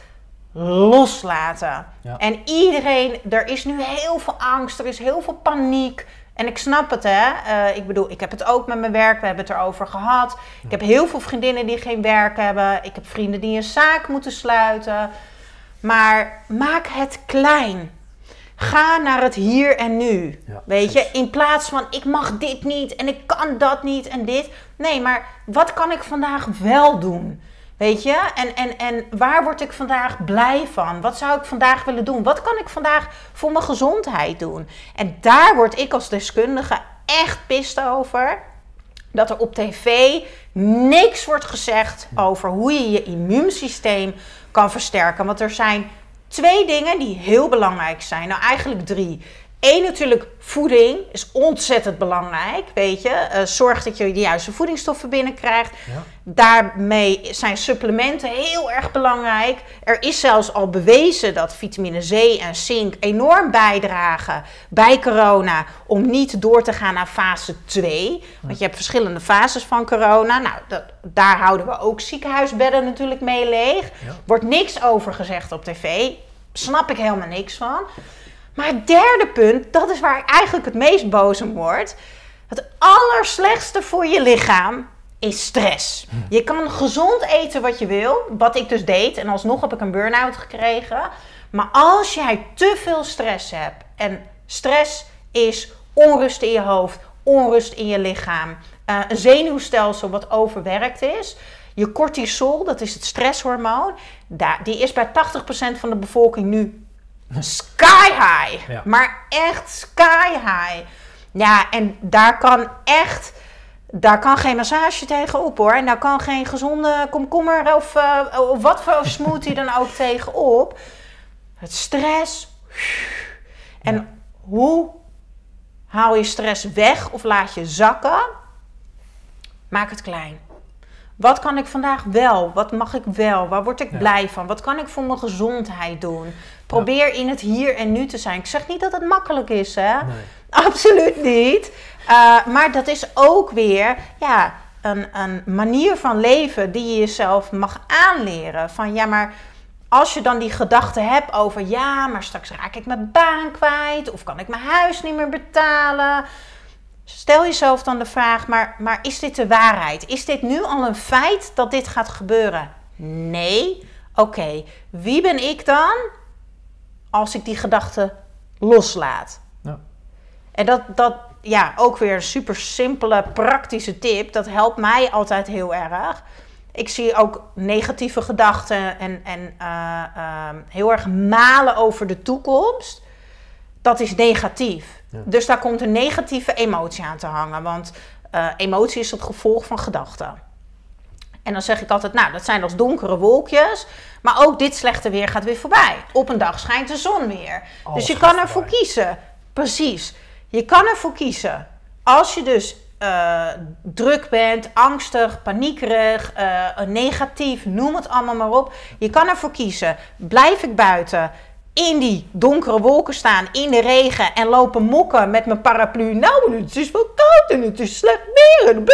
loslaten. Ja. En iedereen, er is nu heel veel angst. Er is heel veel paniek. En ik snap het, hè. Uh, ik bedoel, ik heb het ook met mijn werk. We hebben het erover gehad. Ik heb heel veel vriendinnen die geen werk hebben. Ik heb vrienden die een zaak moeten sluiten. Maar maak het klein. Ga naar het hier en nu. Ja, weet je, in plaats van ik mag dit niet en ik kan dat niet en dit. Nee, maar wat kan ik vandaag wel doen? Weet je, en, en, en waar word ik vandaag blij van? Wat zou ik vandaag willen doen? Wat kan ik vandaag voor mijn gezondheid doen? En daar word ik als deskundige echt pist over. Dat er op tv niks wordt gezegd over hoe je je immuunsysteem kan versterken. Want er zijn twee dingen die heel belangrijk zijn. Nou, eigenlijk drie. Eén, natuurlijk voeding is ontzettend belangrijk, weet je. Uh, zorg dat je de juiste voedingsstoffen binnenkrijgt. Ja. Daarmee zijn supplementen heel erg belangrijk. Er is zelfs al bewezen dat vitamine C en zink enorm bijdragen bij corona om niet door te gaan naar fase twee. Want je hebt verschillende fases van corona. Nou, dat, daar houden we ook ziekenhuisbedden natuurlijk mee leeg. Ja. Wordt niks over gezegd op tv. Snap ik helemaal niks van. Maar het derde punt, dat is waar ik eigenlijk het meest boos om word. Het allerslechtste voor je lichaam is stress. Je kan gezond eten wat je wil, wat ik dus deed. En alsnog heb ik een burn-out gekregen. Maar als jij te veel stress hebt. En stress is onrust in je hoofd, onrust in je lichaam. Uh, een zenuwstelsel wat overwerkt is. Je cortisol, dat is het stresshormoon. Daar, die is bij tachtig procent van de bevolking nu sky high. Ja. Maar echt sky high. Ja, en daar kan echt Daar kan geen massage tegenop hoor. En daar kan geen gezonde komkommer of, uh, of wat voor smoothie dan ook tegenop. Het stress. En ja. hoe haal je stress weg of laat je zakken? Maak het klein. Wat kan ik vandaag wel? Wat mag ik wel? Waar word ik ja. blij van? Wat kan ik voor mijn gezondheid doen? Probeer ja. in het hier en nu te zijn. Ik zeg niet dat het makkelijk is, hè? Nee. Absoluut niet. Uh, maar dat is ook weer ja, een, een manier van leven die je jezelf mag aanleren. Van ja, maar als je dan die gedachte hebt over ja, maar straks raak ik mijn baan kwijt of kan ik mijn huis niet meer betalen. Stel jezelf dan de vraag, maar, maar is dit de waarheid? Is dit nu al een feit dat dit gaat gebeuren? Nee. Oké, okay. Wie ben ik dan als ik die gedachte loslaat? Ja. En dat, dat, ja, ook weer een super simpele, praktische tip. Dat helpt mij altijd heel erg. Ik zie ook negatieve gedachten en, en uh, uh, heel erg malen over de toekomst. Dat is negatief. Ja. Dus daar komt een negatieve emotie aan te hangen. Want uh, emotie is het gevolg van gedachten. En dan zeg ik altijd, nou, dat zijn als donkere wolkjes. Maar ook dit slechte weer gaat weer voorbij. Op een dag schijnt de zon weer. Alles dus je kan ervoor kiezen. Precies. Je kan ervoor kiezen. Als je dus uh, druk bent, angstig, paniekerig, uh, negatief, noem het allemaal maar op. Je kan ervoor kiezen. Blijf ik buiten in die donkere wolken staan, in de regen en lopen mokken met mijn paraplu. Nou, het is wel koud en het is slecht weer.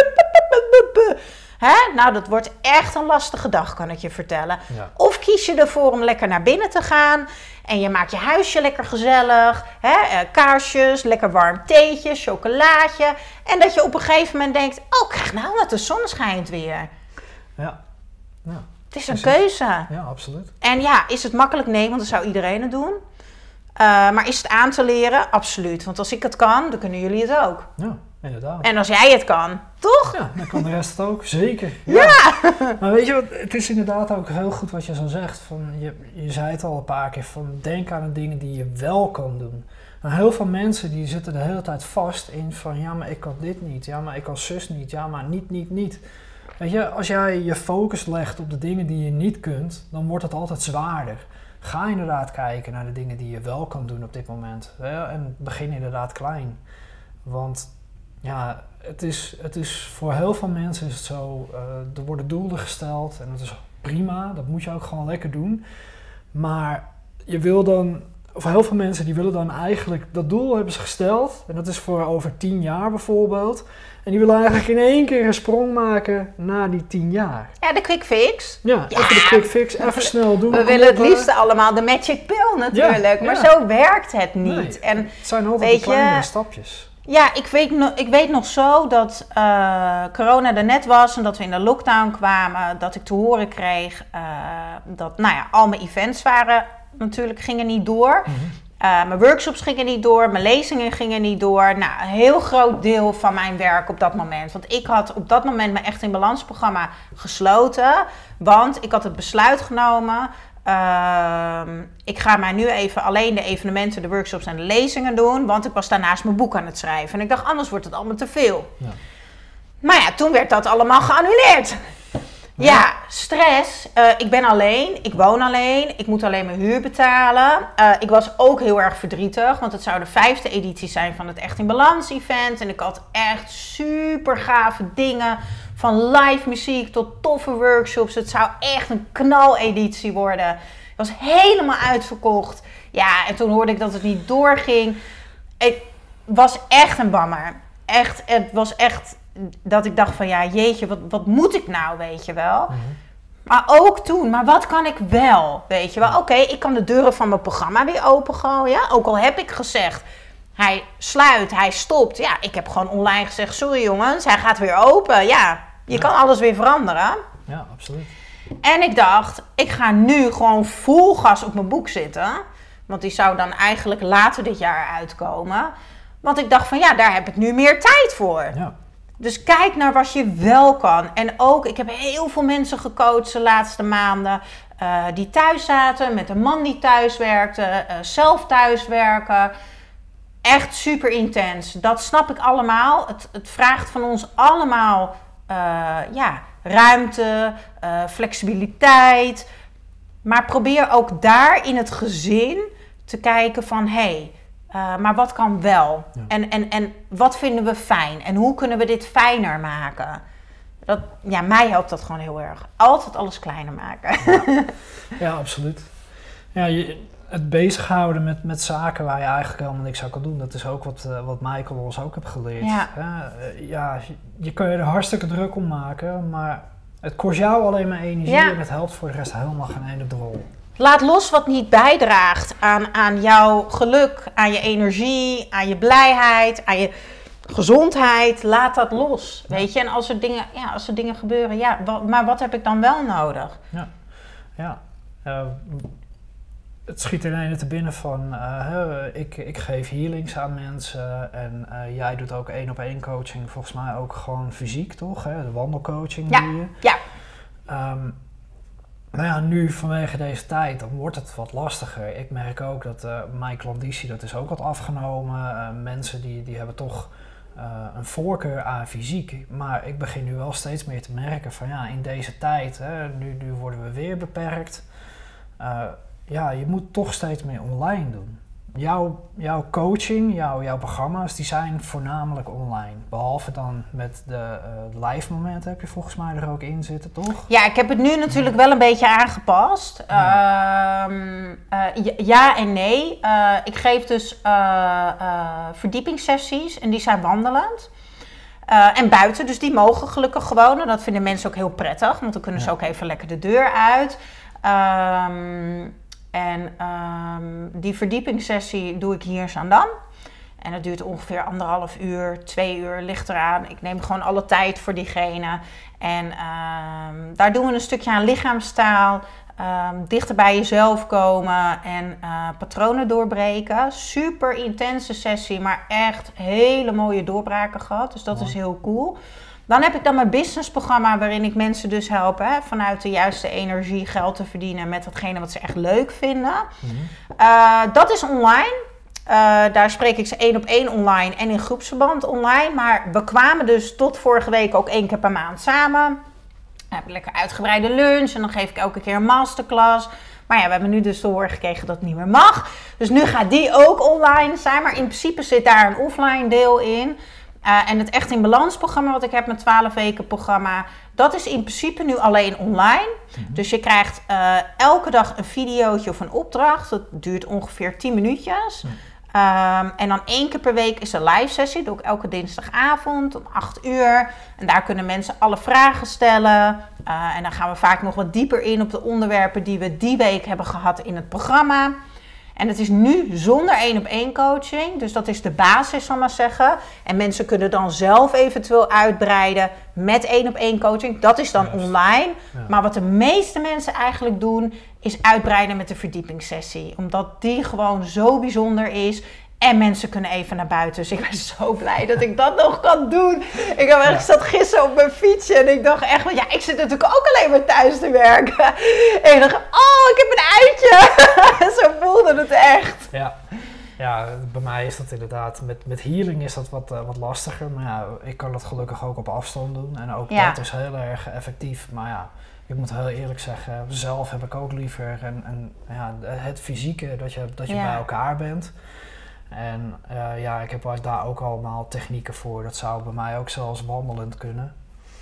Hè? Nou, dat wordt echt een lastige dag, kan ik je vertellen. Ja. Of kies je ervoor om lekker naar binnen te gaan en je maakt je huisje lekker gezellig. Hè? Kaarsjes, lekker warm theetje, chocolaatje. En dat je op een gegeven moment denkt, oh, krijg nou wat, de zon schijnt weer. Ja, ja. Het is een keuze. Ja, absoluut. En ja, is het makkelijk? Nee, want dan zou iedereen het doen. Uh, maar is het aan te leren? Absoluut. Want als ik het kan, dan kunnen jullie het ook. Ja, inderdaad. En als jij het kan, toch? Ja, dan kan de rest het ook. Zeker. Ja. ja. Maar weet je wat, het is inderdaad ook heel goed wat je zo zegt. Van, je, je zei het al een paar keer, van denk aan de dingen die je wel kan doen. Nou, heel veel mensen die zitten de hele tijd vast in van ja, maar ik kan dit niet. Ja, maar ik kan zus niet. Ja, maar niet, niet, niet. Weet je, als jij je focus legt op de dingen die je niet kunt, dan wordt het altijd zwaarder. Ga inderdaad kijken naar de dingen die je wel kan doen op dit moment. Hè? En begin inderdaad klein. Want ja, het is, het is voor heel veel mensen is het zo, uh, er worden doelen gesteld en dat is prima, dat moet je ook gewoon lekker doen. Maar je wil dan, voor heel veel mensen die willen dan eigenlijk, dat doel hebben ze gesteld en dat is voor over tien jaar bijvoorbeeld. En die willen eigenlijk in één keer een sprong maken na die tien jaar. Ja, de quick fix. Ja, ja. Even de quick fix, even snel doen. We willen het liefst allemaal de magic pill natuurlijk. Ja, maar ja. zo werkt het niet. Nee, en, het zijn altijd de kleine stapjes. Ja, ik weet, no- ik weet nog zo dat uh, corona er net was en dat we in de lockdown kwamen. Dat ik te horen kreeg uh, dat nou ja, al mijn events waren natuurlijk gingen niet door. Mm-hmm. Uh, mijn workshops gingen niet door, mijn lezingen gingen niet door. Nou, een heel groot deel van mijn werk op dat moment. Want ik had op dat moment mijn Echt in Balans programma gesloten. Want ik had het besluit genomen. Uh, ik ga mij nu even alleen de evenementen, de workshops en de lezingen doen. Want ik was daarnaast mijn boek aan het schrijven. En ik dacht, anders wordt het allemaal te veel. Ja. Maar ja, toen werd dat allemaal geannuleerd. Ja, stress. Uh, ik ben alleen, ik woon alleen, ik moet alleen mijn huur betalen. Uh, ik was ook heel erg verdrietig, want het zou de vijfde editie zijn van het Echt in Balans event. En ik had echt super gave dingen, van live muziek tot toffe workshops. Het zou echt een knaleditie worden. Het was helemaal uitverkocht. Ja, en toen hoorde ik dat het niet doorging. Het was echt een bammer. Echt, het was echt dat ik dacht van ja, jeetje, wat, wat moet ik nou, weet je wel. Mm-hmm. Maar ook toen, maar wat kan ik wel, weet je wel. Oké, okay, ik kan de deuren van mijn programma weer opengooien. Ook al heb ik gezegd, hij sluit, hij stopt. Ja, ik heb gewoon online gezegd, sorry jongens, hij gaat weer open. Ja, je ja. kan alles weer veranderen. Ja, absoluut. En ik dacht, ik ga nu gewoon vol gas op mijn boek zitten. Want die zou dan eigenlijk later dit jaar uitkomen. Want ik dacht van ja, daar heb ik nu meer tijd voor. Ja. Dus kijk naar wat je wel kan. En ook, ik heb heel veel mensen gecoacht de laatste maanden. Uh, die thuis zaten, met een man die thuis werkte, uh, zelf thuis werken. echt super intens. Dat snap ik allemaal. Het, het vraagt van ons allemaal uh, ja, ruimte, uh, flexibiliteit. Maar probeer ook daar in het gezin te kijken van... hé, hey, uh, maar wat kan wel? Ja. En, en, en wat vinden we fijn? En hoe kunnen we dit fijner maken? Dat, ja, mij helpt dat gewoon heel erg. Altijd alles kleiner maken. Ja, ja absoluut. Ja, je, het bezighouden met, met zaken waar je eigenlijk helemaal niks aan kan doen... dat is ook wat, uh, wat Michael ons ook heeft geleerd. Ja, ja, uh, ja je, je kan je er hartstikke druk om maken... maar het kost jou alleen maar energie... Ja. En het helpt voor de rest helemaal geen ene drol. Laat los wat niet bijdraagt aan, aan jouw geluk, aan je energie... aan je blijheid, aan je... gezondheid, laat dat los, ja. weet je. En als er dingen, ja, als er dingen gebeuren, ja, wat, maar wat heb ik dan wel nodig? Ja, ja. Uh, het schiet er een te binnen van, uh, ik, ik geef healings aan mensen en uh, jij doet ook één op één coaching, volgens mij ook gewoon fysiek, toch? Hè? De wandelcoaching ja. doe je. Ja. Um, nou ja, nu vanwege deze tijd, dan wordt het wat lastiger. Ik merk ook dat uh, mijn klanditie, dat is ook wat afgenomen. Uh, mensen die, die hebben toch... Uh, een voorkeur aan fysiek, maar ik begin nu wel steeds meer te merken van ja, in deze tijd, hè, nu, nu worden we weer beperkt. Uh, ja, je moet toch steeds meer online doen. Jouw, jouw coaching, jouw, jouw programma's, die zijn voornamelijk online. Behalve dan met de uh, live momenten heb je volgens mij er ook in zitten, toch? Ja, ik heb het nu natuurlijk wel een beetje aangepast. Ja, uh, uh, ja en nee. Uh, ik geef dus uh, uh, verdiepingssessies en die zijn wandelend. Uh, en buiten, dus die mogen gelukkig gewoon. En dat vinden mensen ook heel prettig, want dan kunnen ja. ze ook even lekker de deur uit. Um, En um, die verdiepingssessie doe ik hier in Zaandam. En dat duurt ongeveer anderhalf uur, twee uur, ligt eraan. Ik neem gewoon alle tijd voor diegene. En um, daar doen we een stukje aan lichaamstaal. Um, dichter bij jezelf komen en uh, patronen doorbreken. Super intense sessie, maar echt hele mooie doorbraken gehad. Dus dat ja. is heel cool. Dan heb ik dan mijn businessprogramma waarin ik mensen dus help hè, vanuit de juiste energie geld te verdienen met datgene wat ze echt leuk vinden. Mm-hmm. Uh, dat is online. Uh, daar spreek ik ze één op één online en in groepsverband online. Maar we kwamen dus tot vorige week ook één keer per maand samen. Dan heb ik lekker uitgebreide lunch en dan geef ik elke keer een masterclass. Maar ja, we hebben nu dus te horen gekregen dat het niet meer mag. Dus nu gaat die ook online zijn. Maar in principe zit daar een offline deel in. Uh, en het Echt in Balans programma wat ik heb, met twaalf weken programma, dat is in principe nu alleen online. Mm-hmm. Dus je krijgt uh, elke dag een videootje of een opdracht. Dat duurt ongeveer tien minuutjes. Mm. Um, en dan één keer per week is een live sessie. Dat doe ik elke dinsdagavond om acht uur. En daar kunnen mensen alle vragen stellen. Uh, en dan gaan we vaak nog wat dieper in op de onderwerpen die we die week hebben gehad in het programma. En het is nu zonder één op één coaching. Dus dat is de basis, zal ik maar zeggen. En mensen kunnen dan zelf eventueel uitbreiden met één op één coaching. Dat is dan yes. online. Ja. Maar wat de meeste mensen eigenlijk doen, is uitbreiden met de verdiepingssessie. Omdat die gewoon zo bijzonder is. En mensen kunnen even naar buiten. Dus ik ben zo blij dat ik dat nog kan doen. Ik heb echt, zat gisteren op mijn fietsje en ik dacht echt, ja, ik zit natuurlijk ook alleen maar thuis te werken. En ik dacht, oh, ik heb een uitje. Zo voelde het echt. Ja, ja, bij mij is dat inderdaad, met, met healing is dat wat, uh, wat lastiger. Maar ja, ik kan dat gelukkig ook op afstand doen. En ook ja. dat is heel erg effectief. Maar ja, ik moet heel eerlijk zeggen, zelf heb ik ook liever en, en, ja, het fysieke, dat je, dat je ja. bij elkaar bent. En uh, ja, ik heb daar ook allemaal technieken voor. Dat zou bij mij ook zelfs wandelend kunnen.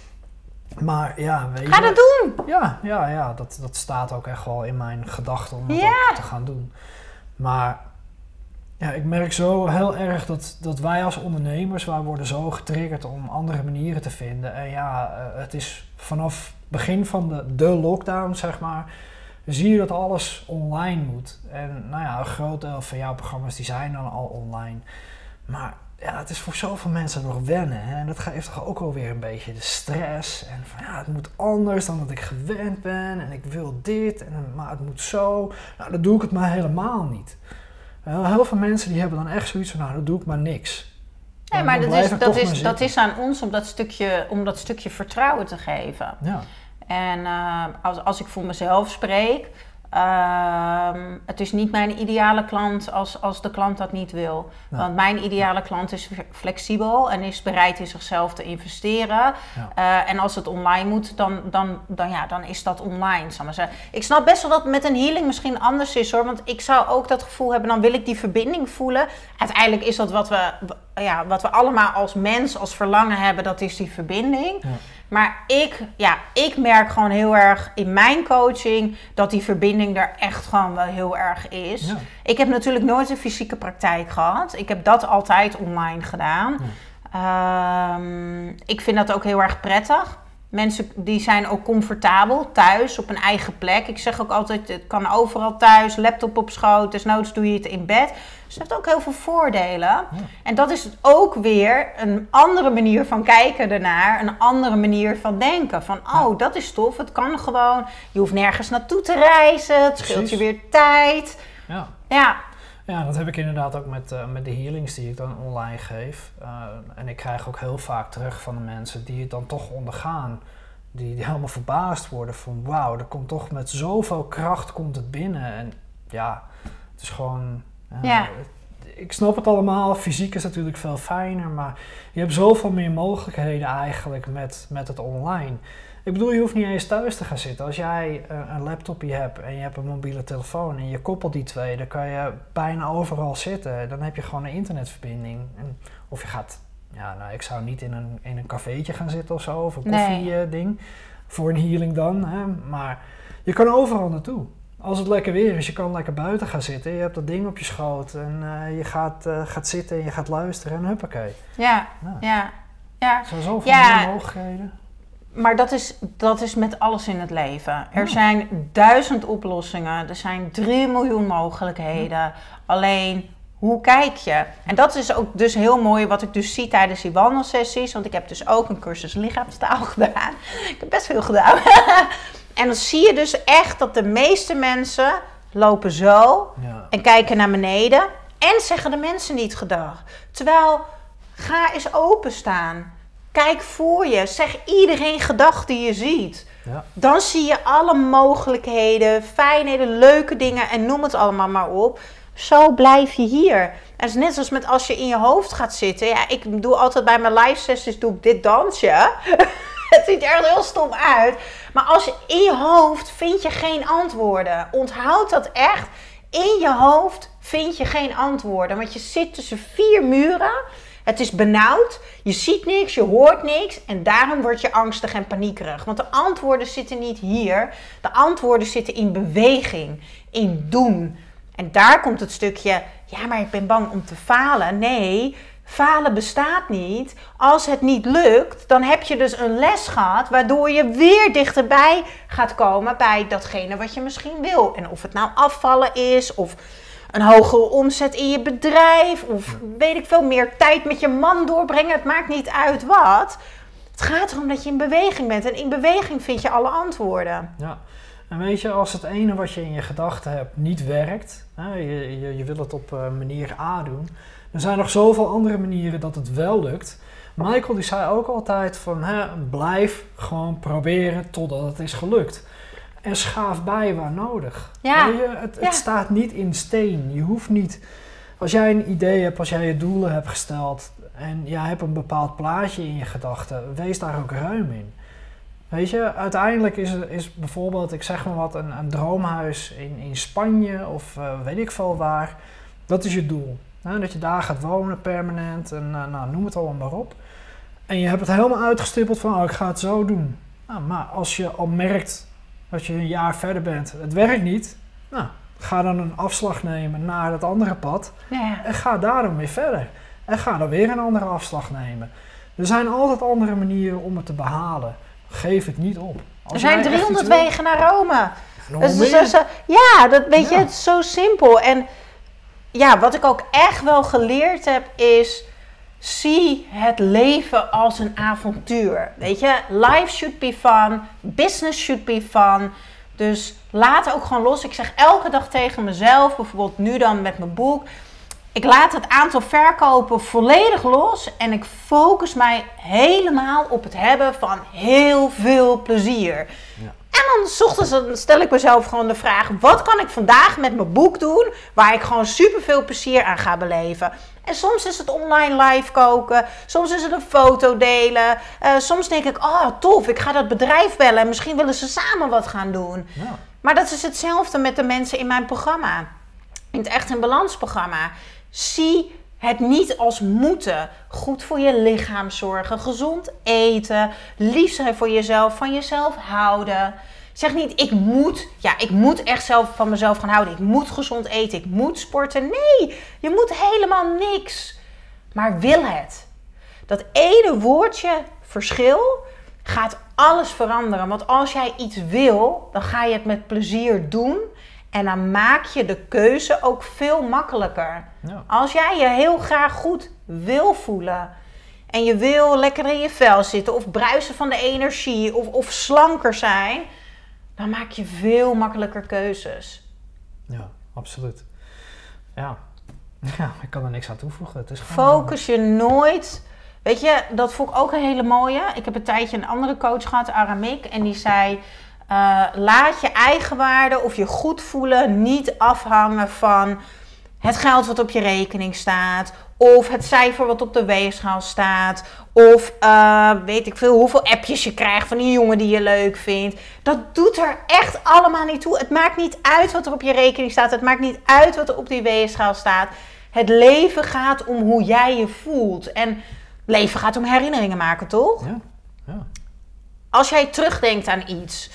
Maar ja, weet je... Ga dat doen! Ja, ja, ja dat, dat staat ook echt wel in mijn gedachten om dat ja. ook te gaan doen. Maar ja, ik merk zo heel erg dat, dat wij als ondernemers, wij worden zo getriggerd om andere manieren te vinden. En ja, uh, het is vanaf begin van de, de lockdown, zeg maar, zie je dat alles online moet. En nou ja, een groot deel van jouw programma's die zijn dan al online. Maar ja, het is voor zoveel mensen nog wennen. Hè? En dat geeft toch ook alweer een beetje de stress. En van ja, het moet anders dan dat ik gewend ben. En ik wil dit, en, maar het moet zo. Nou, dan doe ik het maar helemaal niet. Heel veel mensen die hebben dan echt zoiets van, nou, dan doe ik maar niks. Nee, maar dat is, dat, is, dat is aan ons om dat stukje, om dat stukje vertrouwen te geven. Ja. En uh, als, als ik voor mezelf spreek, Um, het is niet mijn ideale klant als, als de klant dat niet wil. Ja. Want mijn ideale klant is flexibel en is bereid in zichzelf te investeren. Ja. Uh, en als het online moet, dan, dan, dan, ja, dan is dat online. Zal maar zeggen. Ik snap best wel dat het met een healing misschien anders is hoor. Want ik zou ook dat gevoel hebben, dan wil ik die verbinding voelen. Uiteindelijk is dat wat we, ja, wat we allemaal als mens, als verlangen hebben, dat is die verbinding. Ja. Maar ik, ja, ik merk gewoon heel erg in mijn coaching dat die verbinding er echt gewoon wel heel erg is. Ja. Ik heb natuurlijk nooit een fysieke praktijk gehad. Ik heb dat altijd online gedaan. Ja. Um, ik vind dat ook heel erg prettig. Mensen die zijn ook comfortabel thuis op een eigen plek. Ik zeg ook altijd, het kan overal thuis, laptop op schoot, desnoods doe je het in bed. Dus het heeft ook heel veel voordelen. Ja. En dat is ook weer een andere manier van kijken ernaar, een andere manier van denken. Van, oh, ja. dat is tof, het kan gewoon. Je hoeft nergens naartoe te reizen, het Precies. scheelt je weer tijd. Ja. Ja. Ja, dat heb ik inderdaad ook met, uh, met de healings die ik dan online geef. Uh, en ik krijg ook heel vaak terug van de mensen die het dan toch ondergaan. Die, die helemaal verbaasd worden van wauw, er komt toch met zoveel kracht komt het binnen. En ja, het is gewoon... Uh, ja. het, ik snap het allemaal, fysiek is natuurlijk veel fijner, maar je hebt zoveel meer mogelijkheden eigenlijk met, met het online. Ik bedoel, je hoeft niet eens thuis te gaan zitten. Als jij uh, een laptopje hebt en je hebt een mobiele telefoon en je koppelt die twee, dan kan je bijna overal zitten. Dan heb je gewoon een internetverbinding. En, of je gaat, ja, nou, ik zou niet in een, in een cafeetje gaan zitten of zo, of een koffieding, nee. uh, voor een healing dan. Hè. Maar je kan overal naartoe. Als het lekker weer is, je kan lekker buiten gaan zitten. Je hebt dat ding op je schoot en uh, je gaat, uh, gaat zitten en je gaat luisteren en huppakee. Ja, ja, ja. ja. Er zijn zoveel ja. meer mogelijkheden. Maar dat is, dat is met alles in het leven. Er ja. zijn duizend oplossingen. Er zijn drie miljoen mogelijkheden. Ja. Alleen, hoe kijk je? En dat is ook dus heel mooi wat ik dus zie tijdens die wandelsessies. Want ik heb dus ook een cursus lichaamstaal gedaan. Ik heb best veel gedaan. En dan zie je dus echt dat de meeste mensen lopen zo ja. en kijken naar beneden. En zeggen de mensen niet gedag. Terwijl, ga eens openstaan. Kijk voor je. Zeg iedereen gedag die je ziet. Ja. Dan zie je alle mogelijkheden, fijnheden, leuke dingen en noem het allemaal maar op. Zo blijf je hier. En het is net zoals met als je in je hoofd gaat zitten. Ja, ik doe altijd bij mijn live sessies doe ik dit dansje. Het ziet er echt heel stom uit. Maar als je in je hoofd vind je geen antwoorden. Onthoud dat echt. In je hoofd vind je geen antwoorden. Want je zit tussen vier muren. Het is benauwd, je ziet niks, je hoort niks en daarom word je angstig en paniekerig. Want de antwoorden zitten niet hier, de antwoorden zitten in beweging, in doen. En daar komt het stukje, ja maar ik ben bang om te falen. Nee, falen bestaat niet. Als het niet lukt, dan heb je dus een les gehad waardoor je weer dichterbij gaat komen bij datgene wat je misschien wil. En of het nou afvallen is of... een hogere omzet in je bedrijf of weet ik veel, meer tijd met je man doorbrengen. Het maakt niet uit wat. Het gaat erom dat je in beweging bent. En in beweging vind je alle antwoorden. Ja, en weet je, als het ene wat je in je gedachten hebt niet werkt, hè, je, je, je wil het op uh, manier A doen, er zijn nog zoveel andere manieren dat het wel lukt. Michael die zei ook altijd van, hè, blijf gewoon proberen totdat het is gelukt. En schaaf bij waar nodig. Ja. Je, het, het ja. staat niet in steen. Je hoeft niet... Als jij een idee hebt, als jij je doelen hebt gesteld... en jij hebt een bepaald plaatje in je gedachten... wees daar ook ruim in. Weet je, uiteindelijk is, is bijvoorbeeld... ik zeg maar wat, een, een droomhuis in, in Spanje... of uh, weet ik veel waar... dat is je doel. Hè? Dat je daar gaat wonen permanent... en uh, nou, noem het allemaal maar op. En je hebt het helemaal uitgestippeld van... oh, ik ga het zo doen. Nou, maar als je al merkt... dat je een jaar verder bent, het werkt niet, nou, ga dan een afslag nemen naar het andere pad ja. en ga daar dan weer verder. En ga dan weer een andere afslag nemen. Er zijn altijd andere manieren om het te behalen. Geef het niet op. Als er zijn driehonderd wegen naar Rome. Dus, dus, dus, ja, dat weet je, ja. Het is zo simpel. En ja, wat ik ook echt wel geleerd heb is... zie het leven als een avontuur. Weet je, life should be fun, business should be fun. Dus laat ook gewoon los. Ik zeg elke dag tegen mezelf, bijvoorbeeld nu dan met mijn boek. Ik laat het aantal verkopen volledig los en ik focus mij helemaal op het hebben van heel veel plezier. Ja. En dan 's ochtends dan stel ik mezelf gewoon de vraag, wat kan ik vandaag met mijn boek doen, waar ik gewoon superveel plezier aan ga beleven. En soms is het online live koken, soms is het een foto delen. Uh, soms denk ik, oh tof, ik ga dat bedrijf bellen en misschien willen ze samen wat gaan doen. Ja. Maar dat is hetzelfde met de mensen in mijn programma. In het Echt in Balans programma. Zie het niet als moeten. Goed voor je lichaam zorgen, gezond eten, lief zijn voor jezelf, van jezelf houden. Zeg niet, ik moet, ja, ik moet echt zelf van mezelf gaan houden. Ik moet gezond eten, ik moet sporten. Nee, je moet helemaal niks. Maar wil het. Dat ene woordje verschil gaat alles veranderen. Want als jij iets wil, dan ga je het met plezier doen. En dan maak je de keuze ook veel makkelijker. Ja. Als jij je heel graag goed wil voelen en je wil lekker in je vel zitten of bruisen van de energie of, of slanker zijn, dan maak je veel makkelijker keuzes. Ja, absoluut. Ja, ja ik kan er niks aan toevoegen. Het is Focus je nooit. Weet je, dat vond ik ook een hele mooie. Ik heb een tijdje een andere coach gehad, Aramik, en die zei, Uh, laat je eigenwaarde of je goed voelen niet afhangen van het geld wat op je rekening staat, of het cijfer wat op de weegschaal staat, of uh, weet ik veel hoeveel appjes je krijgt van die jongen die je leuk vindt. Dat doet er echt allemaal niet toe. Het maakt niet uit wat er op je rekening staat. Het maakt niet uit wat er op die weegschaal staat. Het leven gaat om hoe jij je voelt. En leven gaat om herinneringen maken, toch? Ja, ja. Als jij terugdenkt aan iets,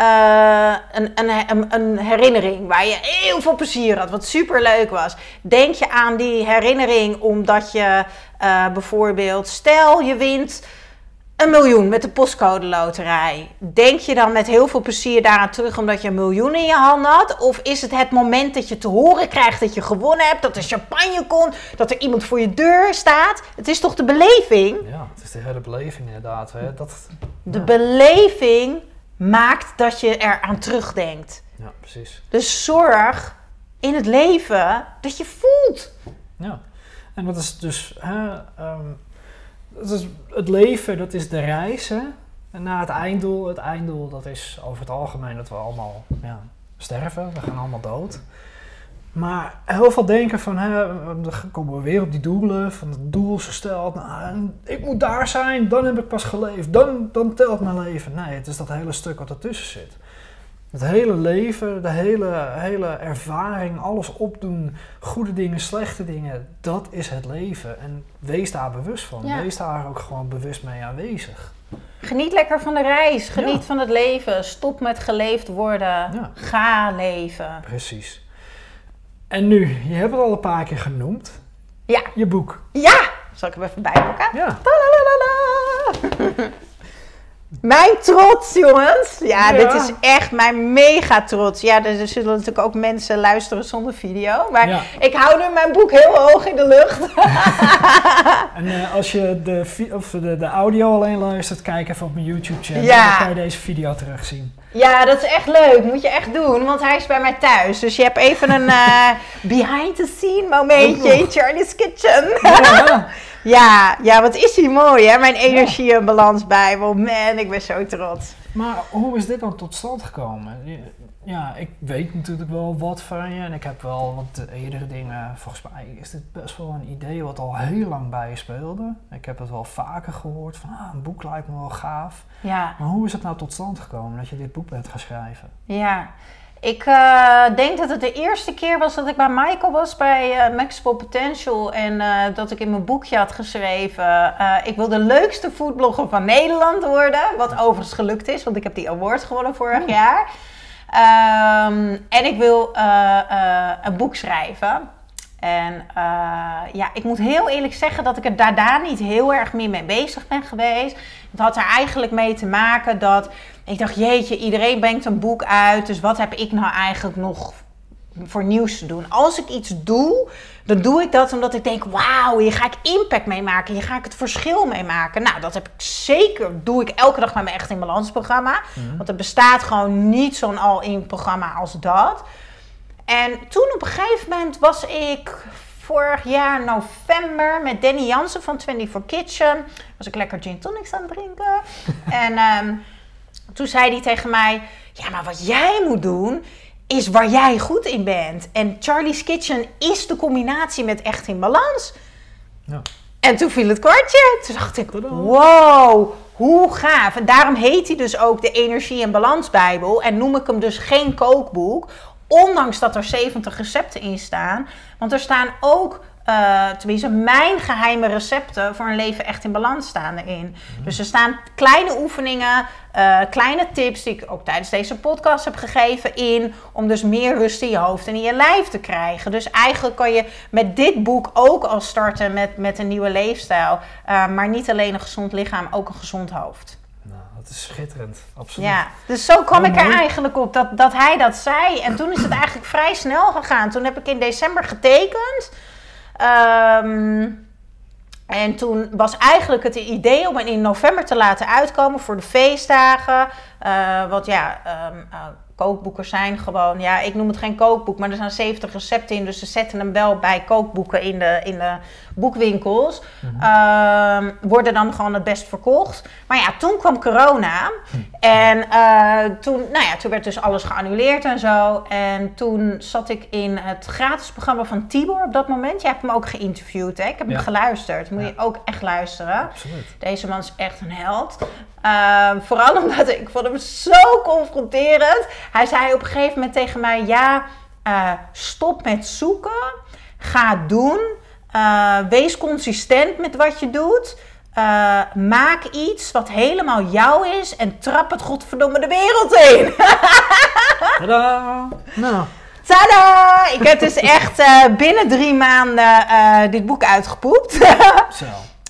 Uh, een, een, een herinnering waar je heel veel plezier had, wat super leuk was. Denk je aan die herinnering omdat je uh, bijvoorbeeld, stel je wint een miljoen met de postcode loterij. Denk je dan met heel veel plezier daaraan terug omdat je een miljoen in je hand had? Of is het het moment dat je te horen krijgt dat je gewonnen hebt, dat er champagne komt, dat er iemand voor je deur staat? Het is toch de beleving? Ja, het is de hele beleving inderdaad. Hè? Dat, de ja. beleving maakt dat je er aan terugdenkt. Ja, precies. Dus zorg in het leven dat je voelt. Ja, en dat is dus... Hè, um, dat is het leven, dat is de reis, hè? En naar het einddoel. Het einddoel, dat is over het algemeen dat we allemaal ja, sterven. We gaan allemaal dood. Maar heel veel denken van, hè, dan komen we weer op die doelen. Van het doel zo stelt, nou, ik moet daar zijn, dan heb ik pas geleefd. Dan, dan telt mijn leven. Nee, het is dat hele stuk wat ertussen zit. Het hele leven, de hele, hele ervaring, alles opdoen, goede dingen, slechte dingen, dat is het leven. En wees daar bewust van. Ja. Wees daar ook gewoon bewust mee aanwezig. Geniet lekker van de reis, geniet ja. van het leven. Stop met geleefd worden, ja. ga leven. Precies. En nu, je hebt het al een paar keer genoemd. Ja. Je boek. Ja! Zal ik hem even bijpakken? Ja. Mijn trots, jongens. Ja, ja, dit is echt mijn mega trots. Ja, er zullen natuurlijk ook mensen luisteren zonder video. Maar ja. ik hou nu mijn boek heel hoog in de lucht. En uh, als je de, of de, de audio alleen luistert, kijk even op mijn YouTube-channel. Ja. Dan kan je deze video terugzien. Ja, dat is echt leuk. Moet je echt doen, want hij is bij mij thuis. Dus je hebt even een uh, behind-the-scene momentje in Charlie's Kitchen. Ja. Ja, ja, wat is die mooi, hè? Mijn energie- en balansbijbel. Man, ik ben zo trots. Maar hoe is dit dan tot stand gekomen? Ja, ik weet natuurlijk wel wat van je en ik heb wel wat eerdere dingen. Volgens mij is dit best wel een idee wat al heel lang bij je speelde. Ik heb het wel vaker gehoord van, ah, een boek lijkt me wel gaaf. Ja. Maar hoe is het nou tot stand gekomen dat je dit boek bent gaan schrijven? Ja, ik uh, denk dat het de eerste keer was dat ik bij Michael was bij uh, Maximum Potential. En uh, dat ik in mijn boekje had geschreven, uh, ik wil de leukste foodblogger van Nederland worden. Wat overigens gelukt is, want ik heb die award gewonnen vorig jaar. Um, en ik wil uh, uh, een boek schrijven. En uh, ja, ik moet heel eerlijk zeggen dat ik er daarna niet heel erg meer mee bezig ben geweest. Het had er eigenlijk mee te maken dat ik dacht, jeetje, iedereen brengt een boek uit. Dus wat heb ik nou eigenlijk nog voor nieuws te doen? Als ik iets doe, dan doe ik dat omdat ik denk, wauw, hier ga ik impact mee maken. Hier ga ik het verschil mee maken. Nou, dat heb ik zeker, doe ik elke dag met mijn Echt in Balans programma. Mm-hmm. Want er bestaat gewoon niet zo'n all-in programma als dat. En toen op een gegeven moment was ik vorig jaar november met Danny Jansen van vierentwintig Kitchen. Was ik lekker gin tonics aan het drinken. En um, toen zei hij tegen mij, ja, maar wat jij moet doen is waar jij goed in bent. En Charlie's Kitchen is de combinatie met Echt in Balans. Ja. En toen viel het kwartje. Toen dacht ik, wow, hoe gaaf. En daarom heet hij dus ook de Energie- en Balansbijbel. En noem ik hem dus geen kookboek. Ondanks dat er zeventig recepten in staan. Want er staan ook, uh, tenminste mijn geheime recepten voor een leven echt in balans staan erin. Mm. Dus er staan kleine oefeningen, uh, kleine tips die ik ook tijdens deze podcast heb gegeven in. Om dus meer rust in je hoofd en in je lijf te krijgen. Dus eigenlijk kan je met dit boek ook al starten met, met een nieuwe leefstijl. Uh, maar niet alleen een gezond lichaam, ook een gezond hoofd. Dat is schitterend, absoluut. Ja, dus zo kwam Heel ik er mooi. eigenlijk op dat, dat hij dat zei. En toen is het eigenlijk vrij snel gegaan. Toen heb ik in december getekend. Um, en toen was eigenlijk het idee om het in november te laten uitkomen voor de feestdagen. Uh, want ja, um, uh, kookboeken zijn gewoon, ja, ik noem het geen kookboek, maar er zijn zeventig recepten in. Dus ze zetten hem wel bij kookboeken in de, in de boekwinkels. Mm-hmm. Um, worden dan gewoon het best verkocht. Maar ja, toen kwam corona. En uh, toen, nou ja, toen werd dus alles geannuleerd en zo. En toen zat ik in het gratis programma van Tibor op dat moment. Jij hebt hem ook geïnterviewd, hè? Ik heb ja. hem geluisterd. Moet ja. je ook echt luisteren. Absoluut. Deze man is echt een held. Uh, vooral omdat ik, ik vond hem zo confronterend. Hij zei op een gegeven moment tegen mij, ja, uh, stop met zoeken. Ga doen. Uh, wees consistent met wat je doet. Uh, maak iets wat helemaal jou is en trap het godverdomme de wereld in. Tadaa! Nou. Tada! Ik heb dus echt uh, binnen drie maanden uh, dit boek uitgepoept. Zo.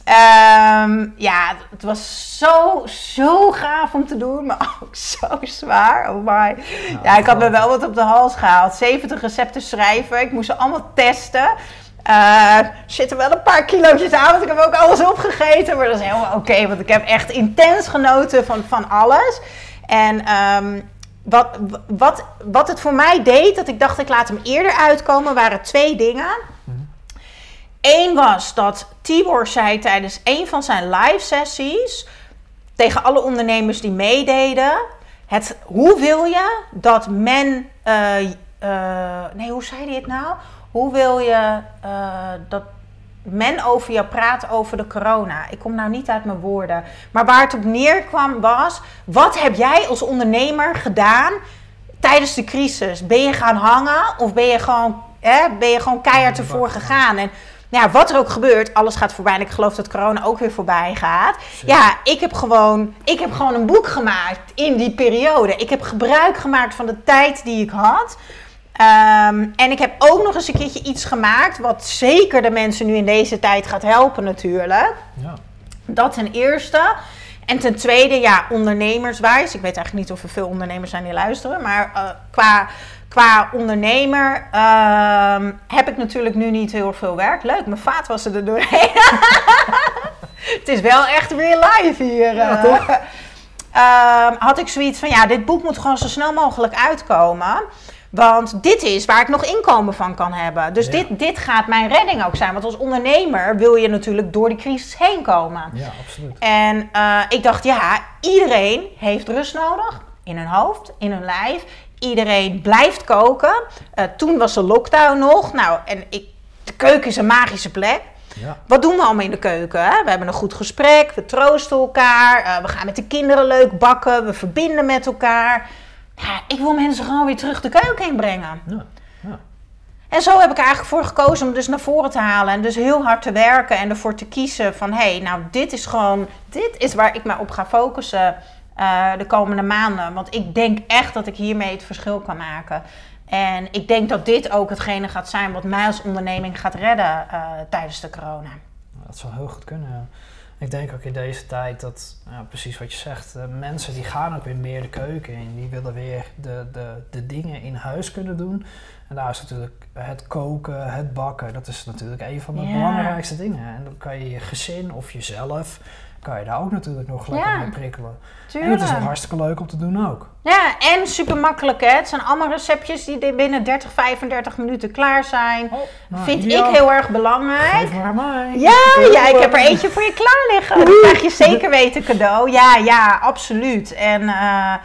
Um, ja, het was zo, zo gaaf om te doen, maar ook zo zwaar. Oh my. Nou, ja, ik had me wel wat op de hals gehaald. zeventig recepten schrijven. Ik moest ze allemaal testen. Uh, er zitten wel een paar kilootjes aan, want ik heb ook alles opgegeten. Maar dat is helemaal oké, okay, want ik heb echt intens genoten van, van alles. En um, wat, wat, wat het voor mij deed, dat ik dacht ik laat hem eerder uitkomen, waren twee dingen. Mm-hmm. Eén was dat Tibor zei tijdens een van zijn live sessies tegen alle ondernemers die meededen, het, hoe wil je dat men, uh, uh, nee hoe zei hij het nou? Hoe wil je uh, dat men over jou praat over de corona? Ik kom nou niet uit mijn woorden. Maar waar het op neerkwam was, wat heb jij als ondernemer gedaan tijdens de crisis? Ben je gaan hangen of ben je gewoon, hè, ben je gewoon keihard ervoor gegaan? En ja, wat er ook gebeurt, alles gaat voorbij. En ik geloof dat corona ook weer voorbij gaat. Zeker. Ja, ik heb, gewoon, ik heb gewoon een boek gemaakt in die periode. Ik heb gebruik gemaakt van de tijd die ik had. Um, en ik heb ook nog eens een keertje iets gemaakt wat zeker de mensen nu in deze tijd gaat helpen natuurlijk. Ja. Dat ten eerste. En ten tweede, ja, ondernemerswijs. Ik weet eigenlijk niet of er veel ondernemers zijn die luisteren. Maar uh, qua, qua ondernemer um, heb ik natuurlijk nu niet heel veel werk. Leuk, mijn vaatwasser er doorheen. Het is wel echt real life hier. Ja, uh, toch? Um, had ik zoiets van, ja, dit boek moet gewoon zo snel mogelijk uitkomen. Want dit is waar ik nog inkomen van kan hebben. Dus ja. dit, dit gaat mijn redding ook zijn. Want als ondernemer wil je natuurlijk door die crisis heen komen. Ja, absoluut. En uh, ik dacht, ja, iedereen heeft rust nodig. In hun hoofd, in hun lijf. Iedereen blijft koken. Uh, toen was de lockdown nog. Nou, en ik, de keuken is een magische plek. Ja. Wat doen we allemaal in de keuken? Hè? We hebben een goed gesprek. We troosten elkaar. Uh, we gaan met de kinderen leuk bakken. We verbinden met elkaar. Ja, ik wil mensen gewoon weer terug de keuken inbrengen. Ja, ja. En zo heb ik er eigenlijk voor gekozen om dus naar voren te halen. En dus heel hard te werken en ervoor te kiezen van, hé, hey, nou dit is gewoon, dit is waar ik me op ga focussen uh, de komende maanden. Want ik denk echt dat ik hiermee het verschil kan maken. En ik denk dat dit ook hetgene gaat zijn wat mij als onderneming gaat redden uh, tijdens de corona. Dat zou heel goed kunnen, ja. Ik denk ook in deze tijd dat, ja, precies wat je zegt, uh, mensen die gaan ook weer meer de keuken in. Die willen weer de, de, de dingen in huis kunnen doen. En daar is natuurlijk het koken, het bakken, dat is natuurlijk een van de ja. belangrijkste dingen. En dan kan je je gezin of jezelf, kan je daar ook natuurlijk nog lekker ja. mee prikkelen. Tuurlijk. En het is ook hartstikke leuk om te doen ook. Ja, en super makkelijk hè. Het zijn allemaal receptjes die binnen dertig, vijfendertig minuten klaar zijn. Oh, nou, Vind ja. ik heel erg belangrijk. Geef maar aan mij. Ja, ja, ik heb er eentje voor je klaar liggen. Dat krijg je zeker weten cadeau. Ja, ja, absoluut. En uh,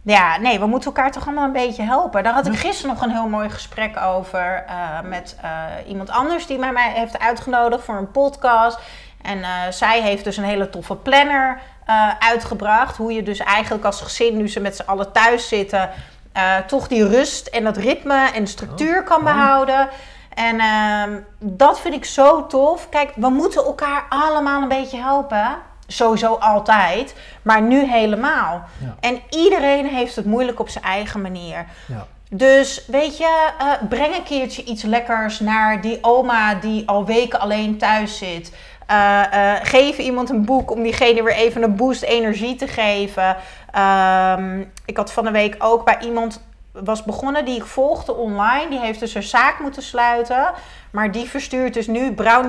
Ja, nee, we moeten elkaar toch allemaal een beetje helpen. Daar had ik gisteren nog een heel mooi gesprek over uh, met uh, iemand anders die mij, mij heeft uitgenodigd voor een podcast. En uh, zij heeft dus een hele toffe planner uh, uitgebracht. Hoe je dus eigenlijk als gezin, nu ze met z'n allen thuis zitten, uh, toch die rust en dat ritme en structuur kan oh, behouden. En uh, dat vind ik zo tof. Kijk, we moeten elkaar allemaal een beetje helpen. Sowieso altijd, maar nu helemaal. Ja. En iedereen heeft het moeilijk op zijn eigen manier. Ja. Dus weet je, uh, breng een keertje iets lekkers naar die oma die al weken alleen thuis zit. Uh, uh, geef iemand een boek om diegene weer even een boost energie te geven. Um, ik had van de week ook bij iemand was begonnen die ik volgde online. Die heeft dus haar zaak moeten sluiten. Maar die verstuurt dus nu brownie.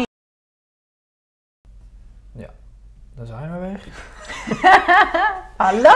Ja, daar zijn we weer. Hallo!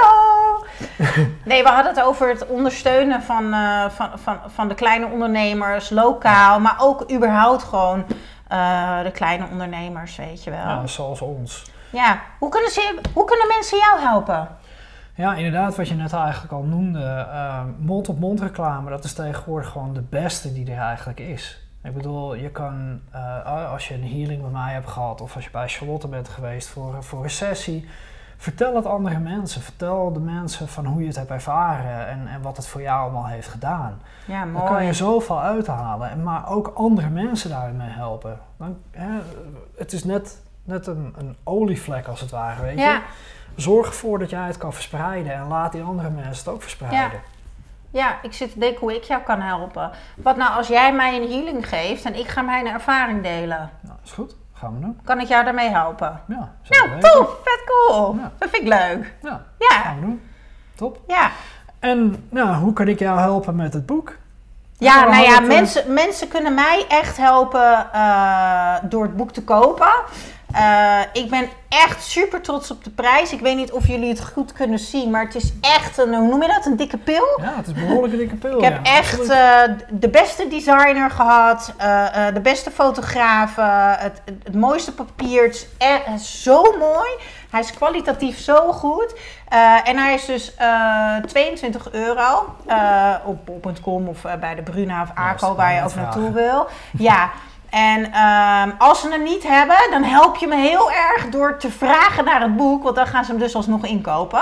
Nee, we hadden het over het ondersteunen van, uh, van, van, van de kleine ondernemers, lokaal. Maar ook überhaupt gewoon uh, de kleine ondernemers, weet je wel. Ja, zoals ons. Ja, hoe kunnen, ze, hoe kunnen mensen jou helpen? Ja, inderdaad, wat je net eigenlijk al noemde, uh, mond-op-mond reclame, dat is tegenwoordig gewoon de beste die er eigenlijk is. Ik bedoel, je kan, uh, als je een healing bij mij hebt gehad of als je bij Charlotte bent geweest voor, voor een sessie, vertel het andere mensen. Vertel de mensen van hoe je het hebt ervaren en, en wat het voor jou allemaal heeft gedaan. Ja, mooi. Dan kan je zoveel uithalen, maar ook andere mensen daarmee helpen. Dan, hè, het is net, net een, een olievlek als het ware, weet ja. je. Zorg ervoor dat jij het kan verspreiden en laat die andere mensen het ook verspreiden. Ja. Ja, ik zit te denken hoe ik jou kan helpen. Wat nou als jij mij een healing geeft en ik ga mijn ervaring delen? Nou, is goed. Gaan we doen. Kan ik jou daarmee helpen? Ja. Nou, tof. Vet cool. Ja. Dat vind ik leuk. Ja, ja. gaan we doen. Top. Ja. En nou, hoe kan ik jou helpen met het boek? Ja, nou ja, mensen, mensen kunnen mij echt helpen uh, door het boek te kopen. Uh, ik ben echt super trots op de prijs. Ik weet niet of jullie het goed kunnen zien, maar het is echt een, hoe noem je dat, een dikke pil? Ja, het is behoorlijk een dikke pil. Ik heb ja, echt uh, de beste designer gehad, uh, uh, de beste fotograaf, uh, het, het, het mooiste papier. Het is echt zo mooi. Hij is kwalitatief zo goed. Uh, en hij is dus uh, tweeëntwintig euro uh, op bol punt com of uh, bij de Bruna of Arco, ja, waar je ook naartoe wil. Ja. En um, als ze hem niet hebben, dan help je me heel erg door te vragen naar het boek. Want dan gaan ze hem dus alsnog inkopen.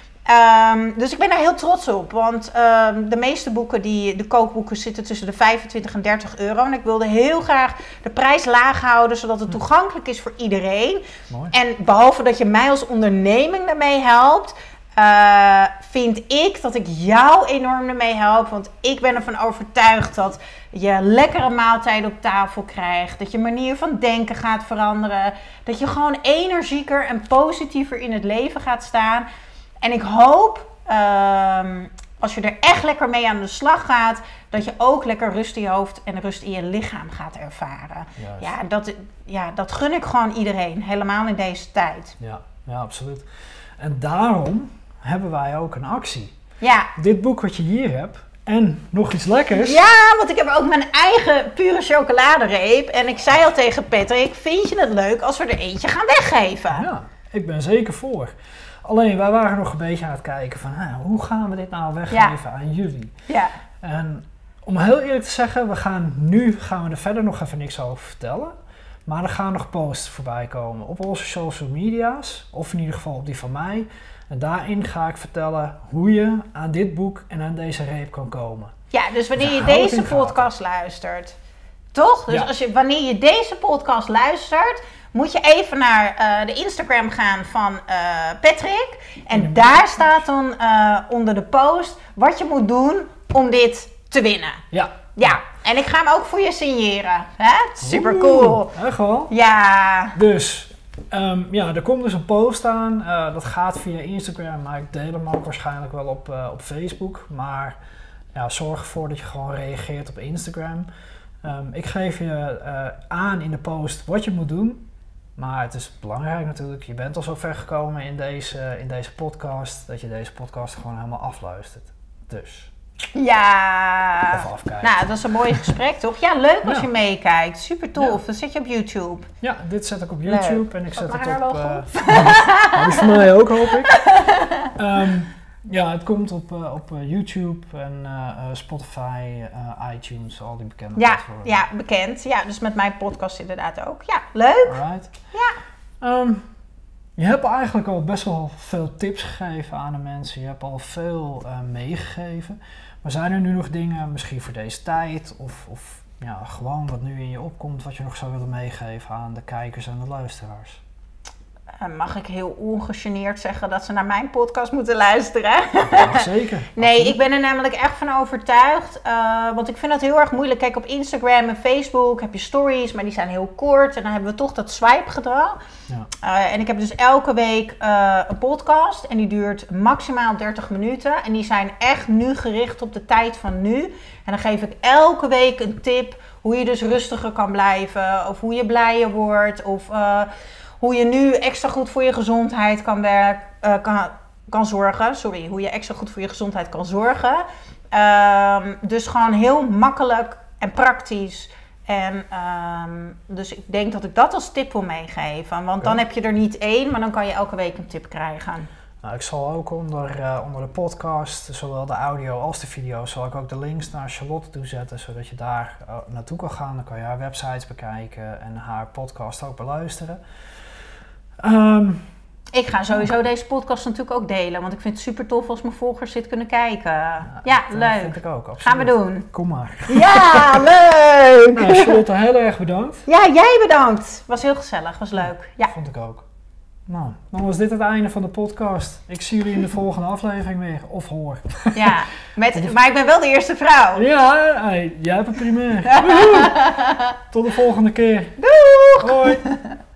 Um, dus ik ben daar heel trots op. Want um, de meeste boeken, die, de kookboeken, zitten tussen de vijfentwintig en dertig euro. En ik wilde heel graag de prijs laag houden, zodat het toegankelijk is voor iedereen. Mooi. En behalve dat je mij als onderneming daarmee helpt, Uh, vind ik dat ik jou enorm ermee help. Want ik ben ervan overtuigd dat je lekkere maaltijden op tafel krijgt. Dat je manier van denken gaat veranderen. Dat je gewoon energieker en positiever in het leven gaat staan. En ik hoop, uh, als je er echt lekker mee aan de slag gaat, dat je ook lekker rust in je hoofd en rust in je lichaam gaat ervaren. Ja, dat, ja, dat gun ik gewoon iedereen. Helemaal in deze tijd. Ja, ja, absoluut. En daarom hebben wij ook een actie. Ja. Dit boek wat je hier hebt en nog iets lekkers. Ja, want ik heb ook mijn eigen pure chocoladereep. En ik zei al tegen Patrick, vind je het leuk als we er eentje gaan weggeven? Ja, ik ben zeker voor. Alleen, wij waren nog een beetje aan het kijken van, hè, hoe gaan we dit nou weggeven ja. aan jullie? Ja. En om heel eerlijk te zeggen, we gaan nu gaan we er verder nog even niks over vertellen. Maar er gaan nog posts voorbij komen op onze social media's, of in ieder geval op die van mij. En daarin ga ik vertellen hoe je aan dit boek en aan deze reep kan komen. Ja, dus wanneer je deze podcast luistert, toch? Dus ja. als je, wanneer je deze podcast luistert, moet je even naar uh, de Instagram gaan van uh, Patrick. En ja. daar staat dan uh, onder de post wat je moet doen om dit te winnen. Ja. Ja, en ik ga hem ook voor je signeren. Hè? Super cool. Echt wel? Ja. Dus, um, ja, er komt dus een post aan. Uh, dat gaat via Instagram, maar ik deel hem ook waarschijnlijk wel op, uh, op Facebook. Maar ja, zorg ervoor dat je gewoon reageert op Instagram. Um, ik geef je uh, aan in de post wat je moet doen. Maar het is belangrijk natuurlijk, je bent al zo ver gekomen in deze, in deze podcast, dat je deze podcast gewoon helemaal afluistert. Dus... Ja, even afkijken. Nou, dat is een mooi gesprek, toch? Ja, leuk als ja. je meekijkt. Super tof. Ja. Dan zit je op YouTube. Ja, dit zet ik op YouTube leuk. En ik zet Wat het op... Uh, dat is voor mij ook, hoop ik. Um, Ja, het komt op, uh, op uh, YouTube en uh, uh, Spotify, uh, iTunes, al die bekende ja, platformen. Ja, bekend. Ja, dus met mijn podcast inderdaad ook. Ja, leuk. Alright. Ja. Um, je hebt eigenlijk al best wel veel tips gegeven aan de mensen. Je hebt al veel uh, meegegeven. Maar zijn er nu nog dingen, misschien voor deze tijd of, of ja, gewoon wat nu in je opkomt, wat je nog zou willen meegeven aan de kijkers en de luisteraars? Mag ik heel ongegeneerd zeggen dat ze naar mijn podcast moeten luisteren? Ja, zeker. Nee, absoluut. Ik ben er namelijk echt van overtuigd. Uh, want ik vind dat heel erg moeilijk. Kijk, op Instagram en Facebook heb je stories, maar die zijn heel kort. En dan hebben we toch dat swipe-gedrag. Ja. Uh, en ik heb dus elke week uh, een podcast. En die duurt maximaal dertig minuten. En die zijn echt nu gericht op de tijd van nu. En dan geef ik elke week een tip hoe je dus rustiger kan blijven. Of hoe je blijer wordt. Of... Uh, Hoe je nu extra goed voor je gezondheid kan, werk, uh, kan, kan zorgen. Sorry, hoe je extra goed voor je gezondheid kan zorgen. Um, dus gewoon heel makkelijk en praktisch. En um, dus ik denk dat ik dat als tip wil meegeven. Want dan heb je er niet één, maar dan kan je elke week een tip krijgen. Nou, ik zal ook onder, uh, onder de podcast, zowel de audio als de video, zal ik ook de links naar Charlotte toezetten, zodat je daar uh, naartoe kan gaan. Dan kan je haar websites bekijken en haar podcast ook beluisteren. Um, ik ga sowieso deze podcast natuurlijk ook delen, want ik vind het super tof als mijn volgers dit kunnen kijken. Ja, ja dat, leuk. Dat vind ik ook, absoluut. Gaan we doen. Kom maar. Ja, leuk! Nou, Charlotte, heel erg bedankt. Ja, jij bedankt. Was heel gezellig, was leuk. Ja. Vond ik ook. Nou, dan was dit het einde van de podcast. Ik zie jullie in de volgende aflevering weer, of hoor. Ja, met, maar ik ben wel de eerste vrouw. Ja, hey, jij hebt een primeur. Tot de volgende keer. Doeg! Hoi!